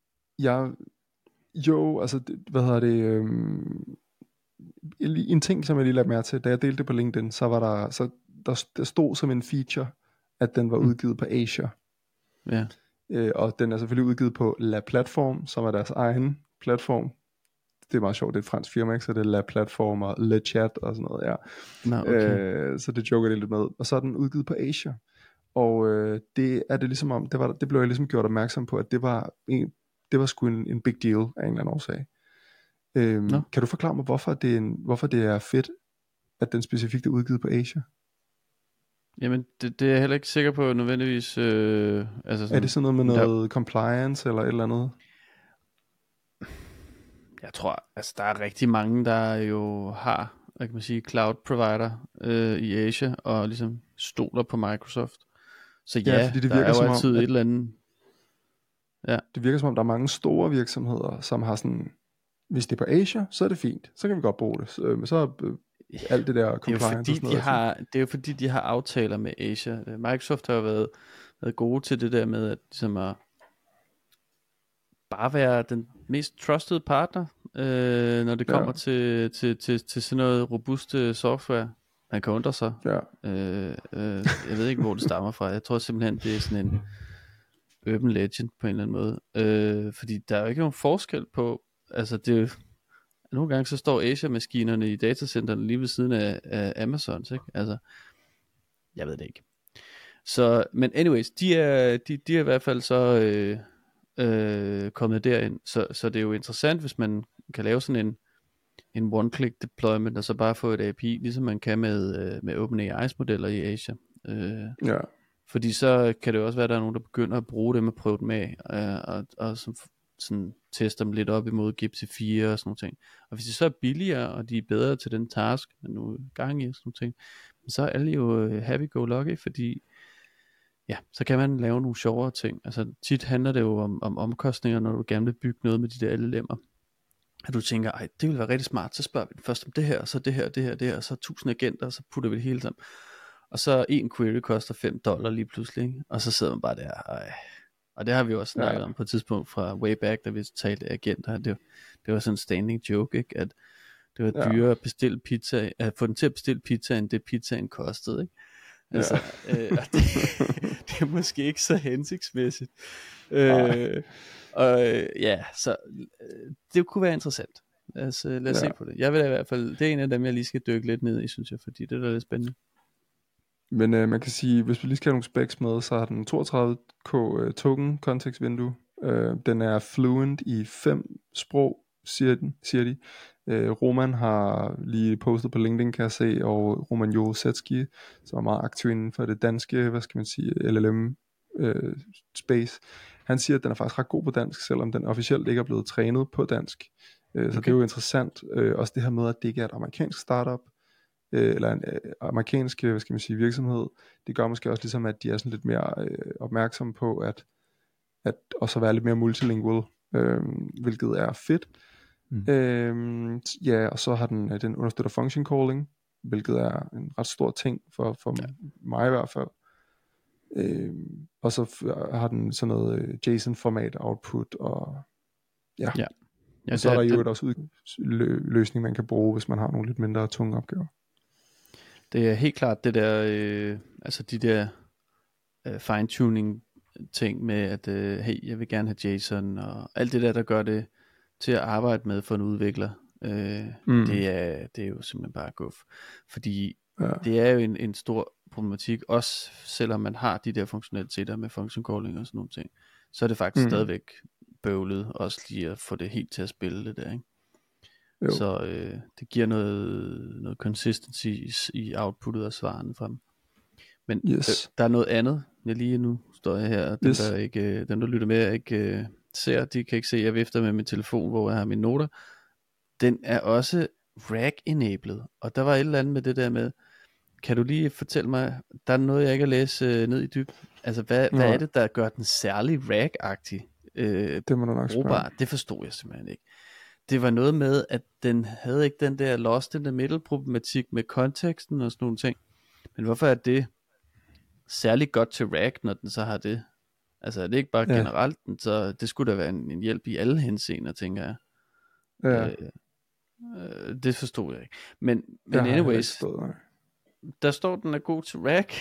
Altså, hvad hedder det? En ting, som jeg lige lagde mærke til, da jeg delte det på LinkedIn, så var der stod som en feature, at den var udgivet på Azure. Ja. Og den er selvfølgelig udgivet på La Platform, som er deres egen platform. Det er meget sjovt, det er et fransk firma, ikke? Så det er La Platform og Le Chat og sådan noget, ja. Okay. Så det joker det lidt med. Og så er den udgivet på Azure. Og det er det ligesom om, det blev jeg ligesom gjort opmærksom på, at det var sgu en big deal af en eller anden årsag. Kan du forklare mig, hvorfor det er fedt, at den specifikt er udgivet på Azure? Jamen, det er jeg heller ikke sikker på nødvendigvis. Altså sådan, er det sådan noget med noget compliance eller et eller andet? Jeg tror, altså der er rigtig mange, der jo har, hvad kan man sige, cloud provider i Azure, og ligesom stoler på Microsoft. Så fordi det der er jo altid et eller andet. Ja. Det virker som om, der er mange store virksomheder, som har sådan, hvis det er på Azure, så er det fint, så kan vi godt bruge det. Men så alt det der compliance det er jo fordi, de har aftaler med Azure. Microsoft har jo været gode til det der med, at ligesom at bare være den mest trusted partner, når det kommer til sådan noget robuste software. Man kan undre sig. Jeg ved ikke, hvor det stammer fra. Jeg tror simpelthen, det er sådan en urban legend på en eller anden måde. Fordi der er jo ikke nogen forskel på, altså det er jo, nogle gange så står Azure-maskinerne i datacenterne lige ved siden af Amazons, ikke? Altså, jeg ved det ikke. Så, men anyways, de er i hvert fald så kommet derind. Så det er jo interessant, hvis man kan lave sådan en one-click deployment, og så bare få et API, ligesom man kan med OpenAI's modeller i Azure. Fordi så kan det også være, at der er nogen, der begynder at bruge dem og prøve dem af, og som sådan teste dem lidt op imod GPT-4 og sådan nogle ting. Og hvis de så er billigere, og de er bedre til den task, man nu er i gang i og sådan nogle ting, så er alle jo happy-go-lucky, fordi ja, så kan man lave nogle sjovere ting. Altså tit handler det jo om omkostninger, når du gerne vil bygge noget med de der LLM'er. At du tænker, ej, det vil være rigtig smart, så spørger vi den først om det her, og så det her, det her, det her, og så 1000 agenter, og så putter vi det hele sammen. Og så en query koster $5 lige pludselig, ikke? Og så sidder man bare der, ej. Og det har vi jo også snakket om på et tidspunkt fra way back, da vi talte agenter. Det var sådan en standing joke, ikke? At det var dyrere at bestille pizza, at få den til at bestille pizza, end det pizzaen kostede, ikke? Altså, og det er måske ikke så hensigtsmæssigt. Så det kunne være interessant. Lad os se på det. Jeg vil i hvert fald, det er en af dem, jeg lige skal dykke lidt ned i, synes jeg, fordi det er da lidt spændende. Men man kan sige, hvis vi lige skal have nogle specs med, så har den 32k token kontekstvindue. Den er fluent i 5 sprog, siger de. Roman har lige postet på LinkedIn, kan jeg se, og Roman Josetski, som er meget aktiv inden for det danske, hvad skal man sige, LLM space. Han siger, at den er faktisk ret god på dansk, selvom den officielt ikke er blevet trænet på dansk. Så det er jo interessant. Også det her med, at det ikke er et amerikansk startup, eller en amerikansk, hvad skal man sige, virksomhed. Det gør måske også ligesom, at de er sådan lidt mere opmærksomme på, at også være lidt mere multilingual, hvilket er fedt. Og så har den understøtter function calling, hvilket er en ret stor ting for mig i hvert fald. Og så har den sådan noget JSON format output, og og så er der jo også løsning man kan bruge, hvis man har nogle lidt mindre tunge opgaver. Det er helt klart det der, altså de der fine-tuning ting med, at hey, jeg vil gerne have JSON, og alt det der gør det til at arbejde med for en udvikler. Det er jo simpelthen bare guf. Fordi det er jo en stor problematik, også selvom man har de der funktionaliteter med function calling og sådan nogle ting, så er det faktisk stadigvæk bøvlet, også lige at få det helt til at spille det der, ikke? Jo. Så det giver noget consistency i outputtet af svarene fra dem. Men der er noget andet. Nu står jeg her, og den der lytter med, jeg ikke ser, de kan ikke se, jeg vifter med min telefon, hvor jeg har mine noter. Den er også RAG-enabled, og der var et eller andet med det der med, kan du lige fortælle mig, der er noget, jeg ikke har læst ned i dybden. Altså, hvad er det, der gør den særlig RAG-agtig det må du nok brugbar? Det forstod jeg simpelthen ikke. Det var noget med, at den havde ikke den der lost in the middle problematik med konteksten og sådan nogle ting. Men hvorfor er det særlig godt til RAG, når den så har det? Altså er det ikke bare generelt, så det skulle da være en hjælp i alle henseender, tænker jeg. Det forstod jeg ikke. Men anyways, der står, den er god til RAG,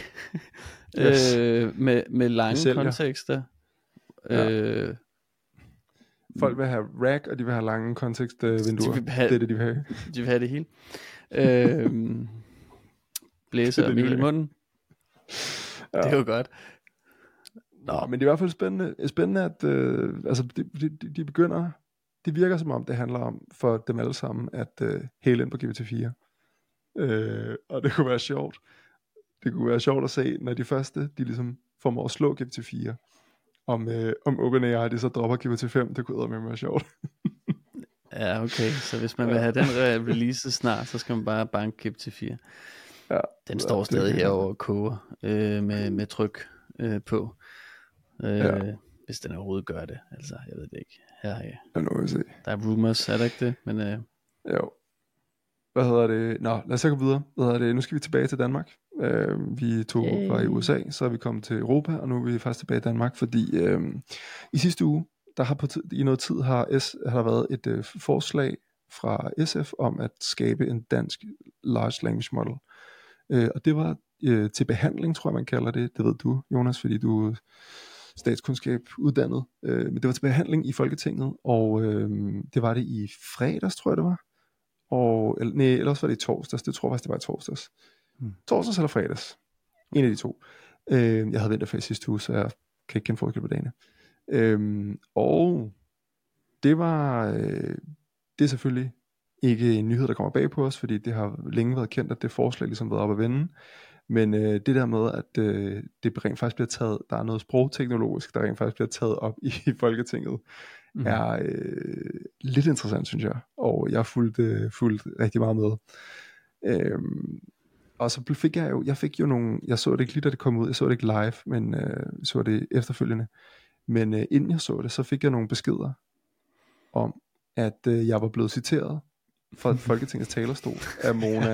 med lange kontekster. Folk vil have RAG, og de vil have lange kontekstvinduer. Det er det, de vil have. De vil have det hele. Blæser og mel i munden. Det er jo godt. Nå, men det er i hvert fald spændende at de begynder, det virker som om det handler om for dem alle sammen at hæle ind på GPT-4. Og det kunne være sjovt. Det kunne være sjovt at se, når de første, de ligesom formår at slå GPT-4. Om OpenAI det så dropper GPT-5, det kunne være sjovt. Ja, okay. Så hvis man vil have den release snart, så skal man bare banke GPT-4. Ja, den står stadig herovre og koger med tryk på. Hvis den overhovedet gør det. Altså, jeg ved det ikke. Der er rumors, er der ikke det? Men, jo. Hvad hedder det? Nå, lad os så gå videre. Nu skal vi tilbage til Danmark. Vi var i USA, så er vi kommet til Europa, og nu er vi faktisk tilbage i Danmark, fordi i sidste uge, i noget tid har der været et forslag fra SF om at skabe en dansk large language model. Og det var til behandling, tror jeg man kalder det. Det ved du, Jonas, fordi du er statskundskab uddannet. Men det var til behandling i Folketinget, og det var det i fredags, tror jeg det var. Ellers var det i torsdags. Det tror jeg faktisk, det var i torsdags. Torsdags eller fredags. En af de to. Jeg havde vinterferie sidste uge, så jeg kan ikke kende forskel på dagene. Og det var det er selvfølgelig ikke en nyhed, der kommer bag på os, fordi det har længe været kendt, at det forslag ligesom været op at vende. Men det der med, at det rent faktisk bliver taget, der er noget sprogteknologisk, der rent faktisk bliver taget op i Folketinget, er lidt interessant, synes jeg. Og jeg fulgt rigtig meget med. Og så fik jeg jo nogle, jeg så det ikke lige da det kom ud, jeg så det ikke live, men så det efterfølgende. Men inden jeg så det, så fik jeg nogle beskeder om, at jeg var blevet citeret fra Folketingets talerstol af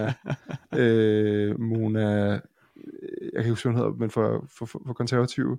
Mona, jeg kan ikke huske, hvad hun hedder, men for konservative,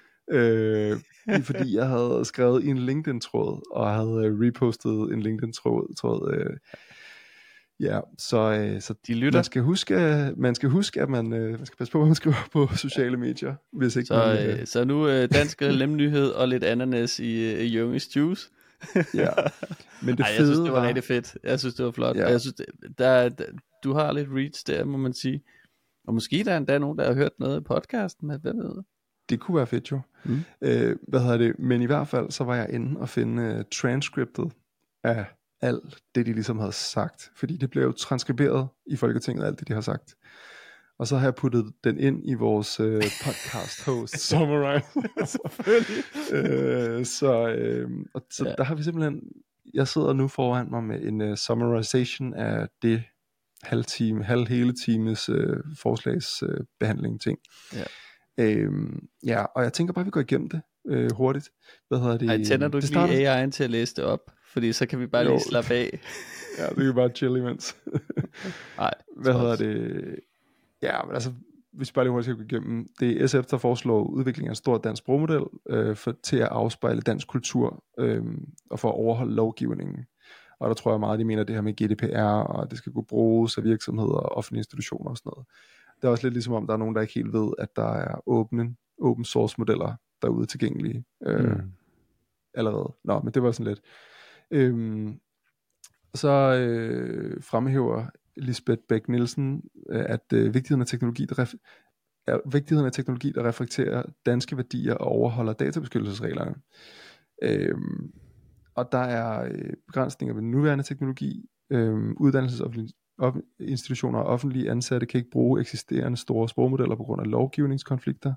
fordi jeg havde skrevet i en LinkedIn-tråd, og havde repostet en LinkedIn-tråd, ja, så de lytter. Man skal huske, at man skal passe på, hvad man skriver på sociale medier, hvis ikke så nu dansk lemnyhed og lidt ananas i Junges juice. Ja, men det fede jeg synes, det var rigtig fedt. Jeg synes, det var flot. Ja. Jeg synes, du har lidt reach der, må man sige. Og måske der er endda nogen, der har hørt noget i podcasten, men hvad ved du? Det kunne være fedt jo. Men i hvert fald, så var jeg inde og finde transcriptet af alt det, de ligesom havde sagt. Fordi det blev jo transkriberet i Folketinget, alt det, de har sagt. Og så har jeg puttet den ind i vores podcast host Summarize. Selvfølgelig. Så der har vi simpelthen, jeg sidder nu foran mig med en summarization af det hele times forslagsbehandling ting. Ja. Og jeg tænker bare, vi går igennem det hurtigt. Hvad hedder det? Ej, tænder du ikke lige AI'en til at læse det op? Fordi så kan vi bare lige slappe af. Ja, det kan bare chill imens. Nej. Hvad hedder det? Ja, men altså, hvis vi bare lige hurtigt skal gå igennem. Det er SF, der foreslår udvikling af en stor dansk sprogmodel til at afspejle dansk kultur og for at overholde lovgivningen. Og der tror jeg meget, de mener det her med GDPR, og det skal kunne bruges af virksomheder og offentlige institutioner og sådan noget. Det er også lidt ligesom om, der er nogen, der ikke helt ved, at der er open source modeller derude tilgængelige allerede. Nå, men det var sådan lidt. Så fremhæver Lisbeth Bech Nielsen, at vigtigheden af teknologi, der reflekterer danske værdier og overholder databeskyttelsesreglerne. Og der er begrænsninger ved den nuværende teknologi. Uddannelsesinstitutioner og offentlige ansatte kan ikke bruge eksisterende store sprogmodeller på grund af lovgivningskonflikter.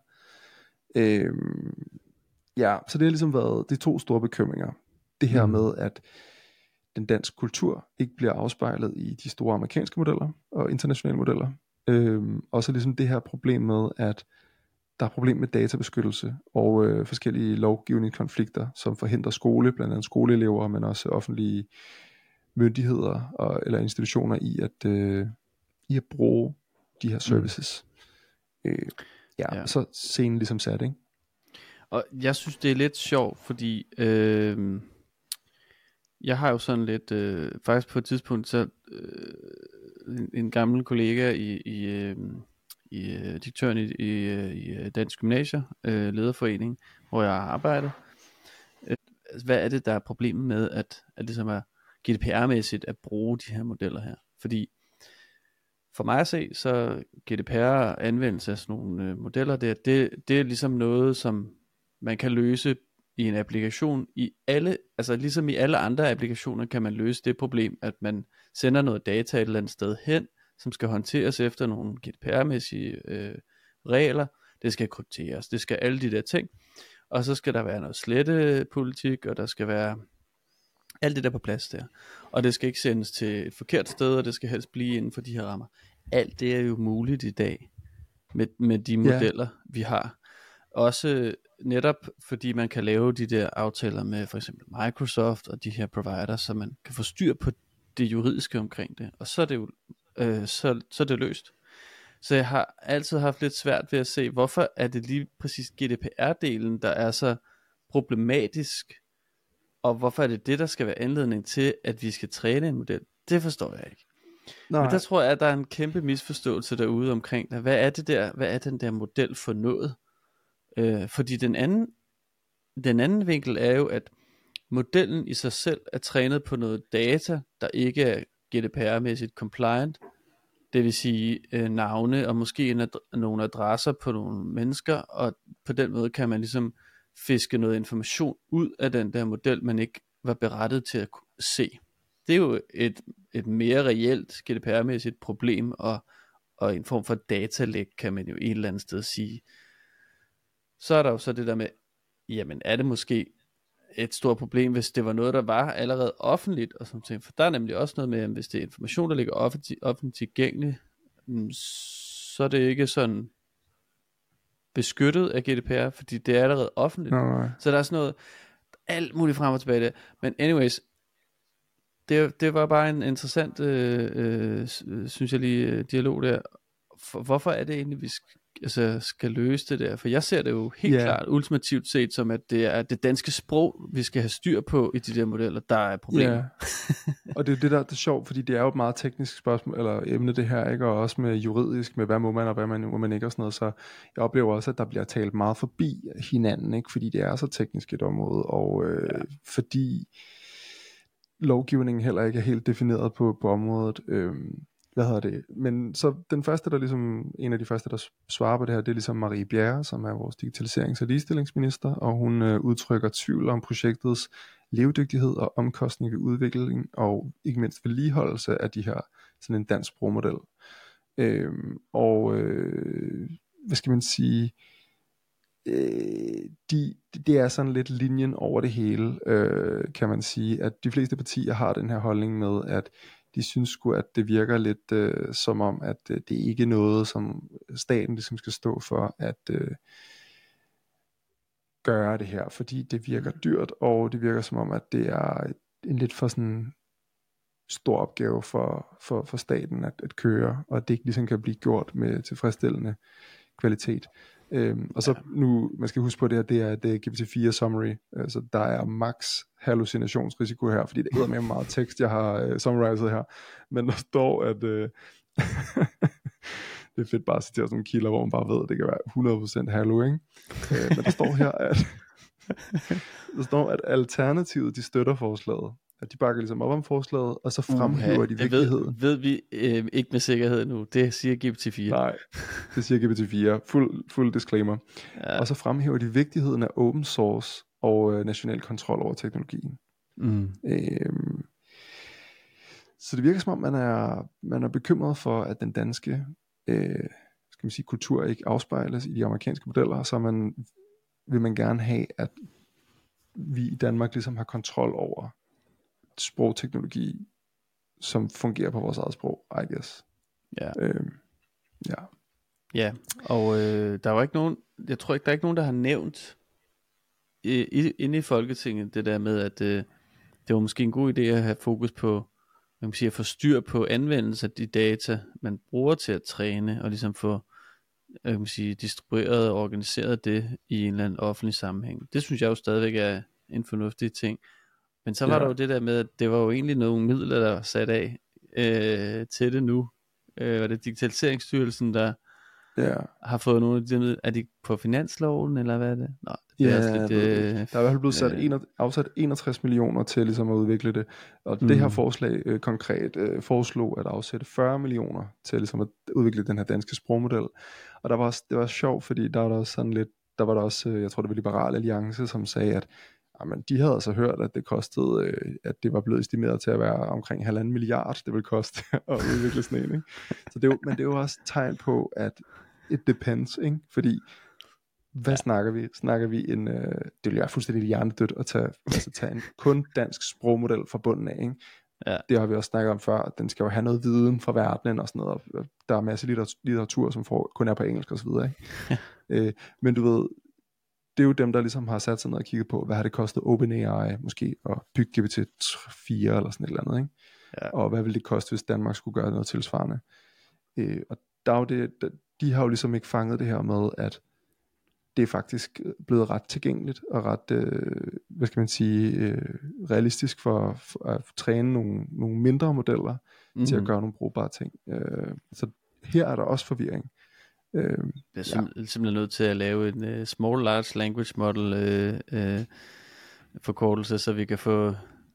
Ja, så det har ligesom været de to store bekymringer. Det her med, at den danske kultur ikke bliver afspejlet i de store amerikanske modeller og internationale modeller. Og så ligesom det her problem med, at der er problem med databeskyttelse og forskellige lovgivningskonflikter, som forhindrer blandt andet skoleelever, men også offentlige myndigheder eller institutioner i at bruge de her services. Så scenen ligesom sat, ikke? Og jeg synes, det er lidt sjovt, fordi jeg har jo sådan lidt, faktisk på et tidspunkt, så en gammel kollega i direktøren i Dansk Gymnasier, lederforening, hvor jeg har arbejdet. Hvad er det, der er problemet med, at det er GDPR-mæssigt at bruge de her modeller her? Fordi for mig at se, så GDPR anvendelse af sådan nogle modeller, det er ligesom noget, som man kan løse i en applikation ligesom i alle andre applikationer kan man løse det problem, at man sender noget data et eller andet sted hen, som skal håndteres efter nogle GDPR-mæssige regler. Det skal krypteres, det skal alle de der ting. Og så skal der være noget slettepolitik, og der skal være alt det der på plads der. Og det skal ikke sendes til et forkert sted, og det skal helst blive inden for de her rammer. Alt det er jo muligt i dag med de modeller, vi har. Også netop fordi man kan lave de der aftaler med for eksempel Microsoft og de her providers, så man kan få styr på det juridiske omkring det. Og så er det jo så er det løst. Så jeg har altid haft lidt svært ved at se, hvorfor er det lige præcis GDPR-delen, der er så problematisk, og hvorfor er det der skal være anledning til, at vi skal træne en model. Det forstår jeg ikke. Nej. Men der tror jeg, at der er en kæmpe misforståelse derude omkring det. Hvad er den der model for noget? Fordi den anden vinkel er jo, at modellen i sig selv er trænet på noget data, der ikke er GDPR-mæssigt compliant. Det vil sige navne og måske nogle adresser på nogle mennesker, og på den måde kan man ligesom fiske noget information ud af den der model, man ikke var berettet til at se. Det er jo et mere reelt GDPR-mæssigt problem og en form for datalæk, kan man jo et eller andet sted sige. Så er der jo så det der med, jamen er det måske et stort problem, hvis det var noget, der var allerede offentligt, og sådan ting. For der er nemlig også noget med, at hvis det er information, der ligger offentligt tilgængelig, så er det ikke sådan beskyttet af GDPR, fordi det er allerede offentligt. Nej. Så der er sådan noget, alt muligt frem og tilbage der. Men anyways, det var bare en interessant, synes jeg lige, dialog der. Hvorfor er det egentlig, vi skal løse det der? For jeg ser det jo helt klart ultimativt set som, at det er det danske sprog, vi skal have styr på i de der modeller, der er problemer. Og det er det der, det er sjovt, fordi det er jo et meget teknisk spørgsmål, eller emne det her, ikke? Og også med juridisk, med hvad må man og hvad må man ikke og sådan noget. Så jeg oplever også, at der bliver talt meget forbi hinanden, ikke? Fordi det er så teknisk et område, og fordi lovgivningen heller ikke er helt defineret på området. Hvad hedder det? Men så den første, der ligesom, en af de første, der svarer på det her, det er ligesom Marie Bjerre, som er vores digitaliserings- og ligestillingsminister, og hun udtrykker tvivl om projektets levedygtighed og omkostning ved udvikling, og ikke mindst vedligeholdelse af de her, sådan en dansk sprogmodel. Hvad skal man sige? Det er sådan lidt linjen over det hele, kan man sige, at de fleste partier har den her holdning med, at de synes sgu, at det virker lidt som om, at det ikke er noget, som staten ligesom skal stå for at gøre det her, fordi det virker dyrt, og det virker som om, at det er en lidt for sådan stor opgave for staten at køre, og at det ikke ligesom kan blive gjort med tilfredsstillende kvalitet. Og så nu, man skal huske på det her, det er et GPT-4 summary, så der er max hallucinationsrisiko her, fordi det er med meget tekst, jeg har summarized her, men der står, at det er fedt bare at citere sådan en kilder, hvor man bare ved, at det kan være 100% hallo, ikke? Men der står her, at Alternativet, de støtter forslaget, at de bakker ligesom op om forslaget, og så fremhæver de vigtigheden. Ved vi ikke med sikkerhed nu, det siger GPT-4. Nej, det siger GPT-4, fuld disclaimer. Ja. Og så fremhæver de vigtigheden af open source og national kontrol over teknologien. Så det virker som om, man er bekymret for, at den danske skal man sige, kultur ikke afspejles i de amerikanske modeller, så vil man gerne have, at vi i Danmark ligesom har kontrol over sprogteknologi, som fungerer på vores eget sprog, I guess. Ja. Ja. Ja, og der var ikke nogen, jeg tror ikke, der er ikke nogen, der har nævnt inde i Folketinget, det der med, at det var måske en god idé at have fokus på, man kan sige, at få styr på anvendelse af de data, man bruger til at træne, og ligesom få, man kan sige, distribueret og organiseret det i en eller anden offentlig sammenhæng. Det synes jeg jo stadigvæk er en fornuftig ting. Men så var der jo det der med, at det var jo egentlig nogle midler, der var sat af til det nu. Var det Digitaliseringsstyrelsen, der har fået nogle af de midler? Er de på finansloven, eller hvad er det? Nå, det er lidt, der er i hvert fald blevet afsat 61 millioner til ligesom at udvikle det. Og det her forslag konkret foreslog at afsætte 40 millioner til ligesom at udvikle den her danske sprogmodel. Og det var sjovt, fordi der var der også sådan lidt, der var der også, jeg tror det var Liberal Alliance, som sagde, at jamen, de havde altså hørt, at det kostede, at det var blevet estimeret til at være omkring 1,5 milliard, det vil koste at udvikle sådan en, ikke? Så men det er jo også tegn på, at it depends, ikke? Fordi, hvad snakker vi? Snakker vi det vil være fuldstændig hjernedødt at tage en kun dansk sprogmodel fra bunden af, ikke? Ja. Det har vi også snakket om før, at den skal jo have noget viden fra verdenen og sådan noget, og der er masser af litteratur, som kun er på engelsk og så videre, ikke? Men du ved, det er jo dem, der ligesom har sat sig ned og kigget på, hvad har det kostet OpenAI måske at bygge GPT-4 eller sådan et eller andet, ikke? Ja. Og hvad ville det koste, hvis Danmark skulle gøre noget tilsvarende? Og der er jo de har jo ligesom ikke fanget det her med, at det er faktisk blevet ret tilgængeligt og ret, hvad skal man sige, realistisk for at træne nogle mindre modeller til at gøre nogle brugbare ting. Så her er der også forvirring. Jeg er simpelthen nødt til at lave en Small Large Language Model forkortelse, så vi kan få,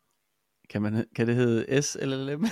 kan det hedde SLLM?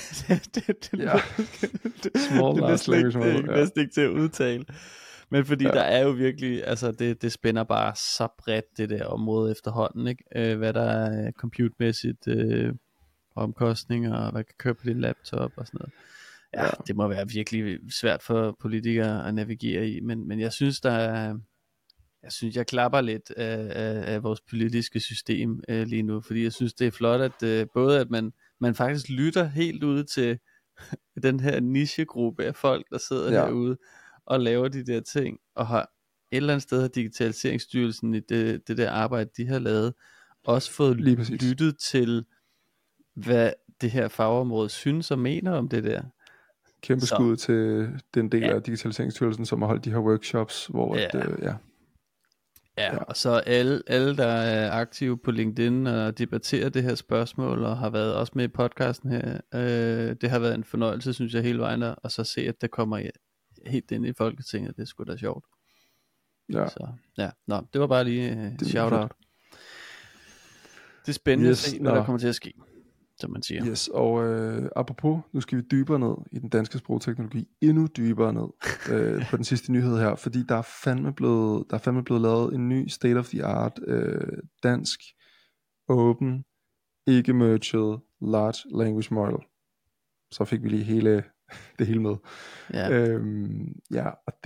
Small Large Language Model. Det er næsten ikke til at udtale. Men fordi der er jo virkelig, altså det spænder bare så bredt det der område efterhånden, ikke? Hvad der er compute-mæssigt omkostninger, og hvad kan køre på din laptop og sådan noget. Ja, det må være virkelig svært for politikere at navigere i, men jeg synes, jeg klapper lidt af vores politiske system lige nu, fordi jeg synes, det er flot, at både at man faktisk lytter helt ud til den her nichegruppe af folk, der sidder herude og laver de der ting, og har et eller andet sted har Digitaliseringsstyrelsen i det der arbejde, de har lavet, også fået lyttet til, hvad det her fagområde synes og mener om det der. Kæmpe skud til den del af Digitaliseringsstyrelsen, som har holdt de her workshops, hvor og så alle der er aktive på LinkedIn og debatterer det her spørgsmål, og har været også med i podcasten her, det har været en fornøjelse, synes jeg, hele vejen, og så se, at det kommer helt ind i Folketinget, det er sgu da sjovt. Så, det var bare lige shout-out. Det er spændende at se, hvad der kommer til at ske, som man siger. Yes, og apropos, nu skal vi dybere ned i den danske sprogteknologi, endnu dybere ned på den sidste nyhed her, fordi der er fandme blevet lavet en ny state of the art dansk, open, ikke merged, large language model. Så fik vi lige det hele med. Og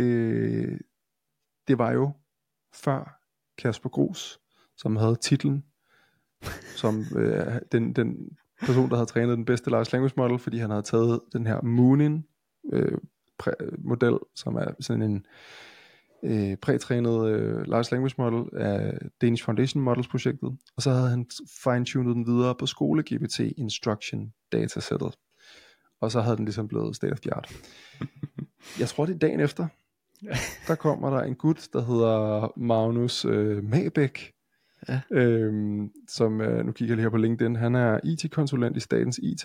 det var jo før Kasper Gros, som havde titlen som den person, der havde trænet den bedste large language model, fordi han havde taget den her Moonin model, som er sådan en prætrænet large language model af Danish Foundation Models projektet, og så havde han fine-tunet den videre på skole-GPT instruction datasættet, og så havde den ligesom blevet state of the art. Jeg tror det er dagen efter, der kommer der en gut, der hedder Magnus Mabæk, som nu kigger jeg lige her på LinkedIn. Han er IT-konsulent i Statens IT,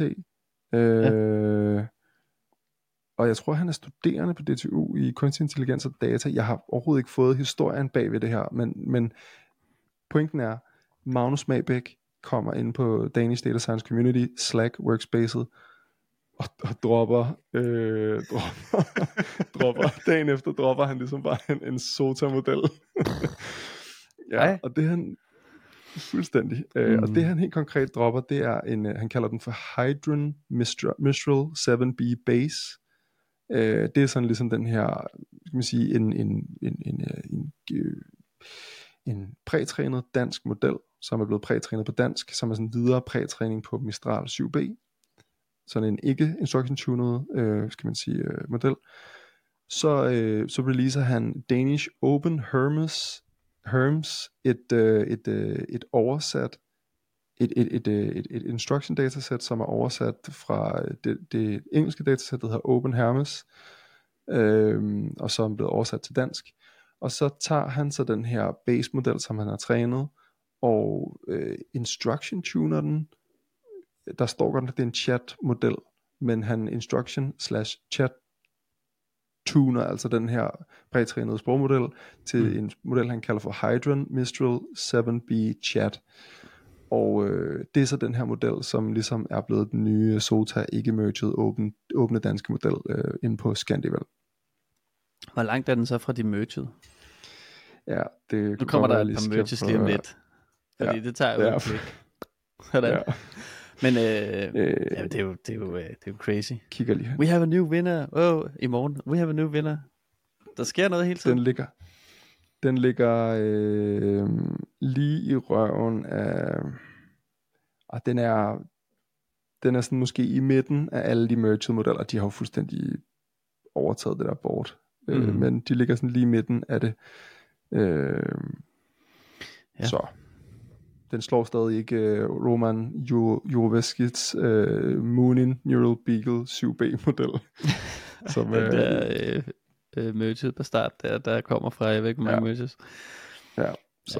og jeg tror han er studerende på DTU i kunstig intelligens og data. Jeg har overhovedet ikke fået historien bag ved det her, men pointen er, Magnus Mabæk kommer ind på Danish Data Science Community Slack workspacet og dropper dagen efter dropper han ligesom bare en SOTA-model. Og det han fuldstændig. Og det han helt konkret dropper, det er han kalder den for Hydron Mistral 7B Base. Det er sådan ligesom den her, skal man sige, en prætrænet dansk model, som er blevet prætrænet på dansk, som er sådan en videre prætræning på Mistral 7B. Sådan en ikke instruction tuned, skal man sige, model. Så releaser han Danish Open Herms, et oversat, et instruction dataset, som er oversat fra det engelske dataset, der hedder Open Hermes, og som er blevet oversat til dansk. Og så tager han så den her base model, som han har trænet, og instruction tuner den. Der står godt, at det er en chat model, men han instruction/chat tuner altså den her prætrænede sprogmodel til en model, han kalder for Hydron Mistral 7B Chat. Og det er så den her model, som ligesom er blevet den nye SOTA ikke-merged åbne danske model inde på Scandival. Hvor langt er den så fra de merged? Ja, det nu kommer der et par merges lige om lidt. Fordi det tager jo et klik. Sådan. Ja. Men det er jo crazy. Kigger lige her. We have a new winner. I morgen. We have a new winner. Der sker noget hele tiden. Den ligger lige i røven af... Og den er sådan måske i midten af alle de merged modeller. De har jo fuldstændig overtaget det der board. Men de ligger sådan lige i midten af det. Så... Den slår stadig ikke Roman Joveskits Moonin Neural Beagle 7B model. Som den der merged på start der kommer fra, jeg ved ikke hvor mange merges. Ja, så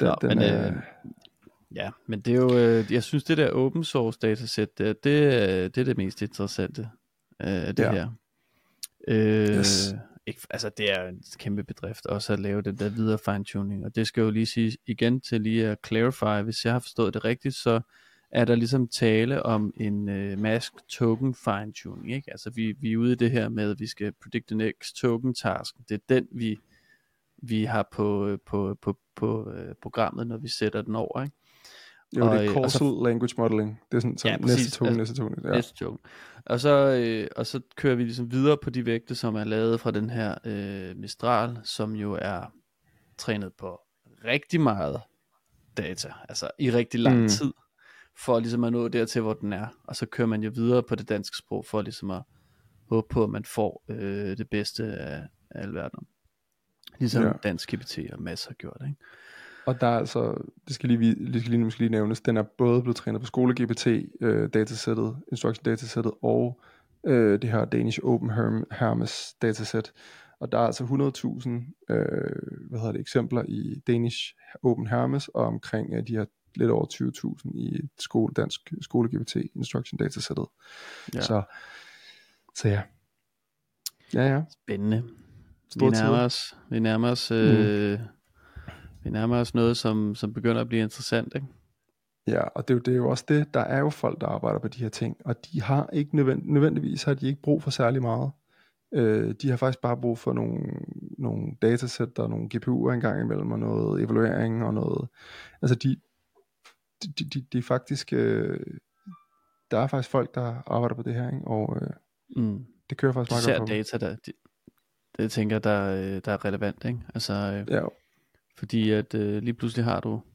men det er jo, jeg synes det der open source datasæt, det er det mest interessante det her. Yes. Ikke, altså det er en kæmpe bedrift også at lave den der videre fine-tuning, og det skal jo lige sige igen til lige at clarify, hvis jeg har forstået det rigtigt, så er der ligesom tale om en mask token fine-tuning, ikke? Altså vi er ude i det her med, at vi skal predict the next token task, det er den vi har på programmet, når vi sætter den over, ikke? Jo, det er Causal Language Modeling. Det er sådan Ja, præcis. næste tone. Ja. Næste tone. Og så kører vi ligesom videre på de vægte, som er lavet fra den her Mistral, som jo er trænet på rigtig meget data, altså i rigtig lang tid, for ligesom at nå dertil, hvor den er. Og så kører man jo videre på det danske sprog, for ligesom at håbe på, at man får det bedste af alverden. Ligesom dansk GPT og Mads har gjort, ikke? Og der er altså, det skal lige nævnes, den er både blevet trænet på skole-GPT datasættet, instruction datasættet, og det her Danish Open Hermes datasæt. Og der er altså 100.000 eksempler i Danish Open Hermes, og omkring de her lidt over 20.000 i dansk skole-GPT instruction datasættet. Ja. Så ja. Ja. Spændende. Vi nærmer os noget, som begynder at blive interessant, ikke? Ja, og det er jo også det, der er jo folk, der arbejder på de her ting, og de har ikke nødvendigvis har de ikke brug for særlig meget. De har faktisk bare brug for nogle datasæt og nogle GPU'er engang imellem, og noget evaluering og noget, altså de faktisk, der er faktisk folk, der arbejder på det her, ikke? Og det kører faktisk meget godt på. Især data, det tænker der er relevant, ikke? Altså, ja. Fordi at lige pludselig har du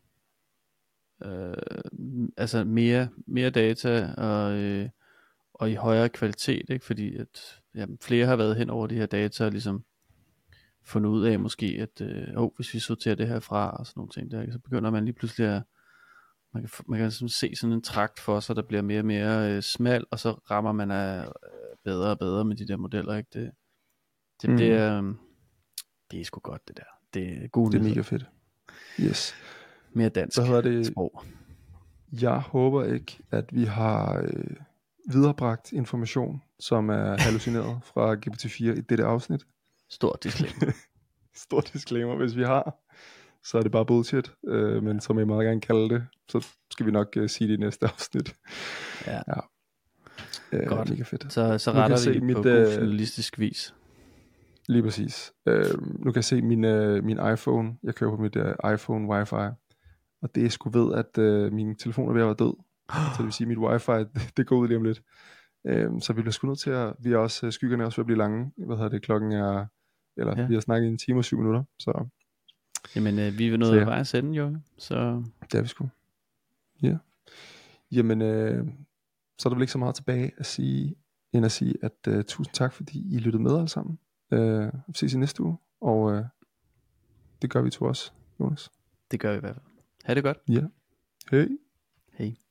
altså mere data og i højere kvalitet, ikke? Fordi at flere har været hen over de her data og ligesom fundet ud af måske at hvis vi sorterer det her fra og sådan nogle ting der, ikke? Så begynder man lige pludselig at man kan sådan se sådan en trakt for sig, der bliver mere og mere smal, og så rammer man af bedre og bedre med de der modeller, ikke? Det bliver det er sgu godt, det der. Det er god. Det er mega fedt. Yes. Mere dansk sprog. Jeg håber ikke, at vi har viderebragt information, som er hallucineret fra GPT-4 i dette afsnit. Stor disclaimer. Stor disclaimer, hvis vi har. Så er det bare bullshit. Men som jeg meget gerne kalder det, så skal vi nok sige det i næste afsnit. Ja. Godt. Mega fedt. Så retter vi på god journalistisk vis. Lige præcis. Nu kan jeg se min iPhone. Jeg kører på mit iPhone Wi-Fi. Og det er sgu ved, at min telefon er ved at være død. Så det vil sige, at mit Wi-Fi, det går ud lige om lidt. Så vi bliver sgu nødt til at... skyggerne er også ved at blive lange. Klokken er... Eller vi har snakket i 1 time og 7 minutter. Så... Jamen, vi er nået af vej at sende, jo. Så... Det er vi sgu. Ja. Jamen, så er der vel ikke så meget tilbage at sige, end at sige, at tusind tak, fordi I lyttede med alle sammen. Vi ses i næste uge, og det gør vi to også, Jonas. Det gør vi i hvert fald. Ha' det godt. Ja. Hej. Hej.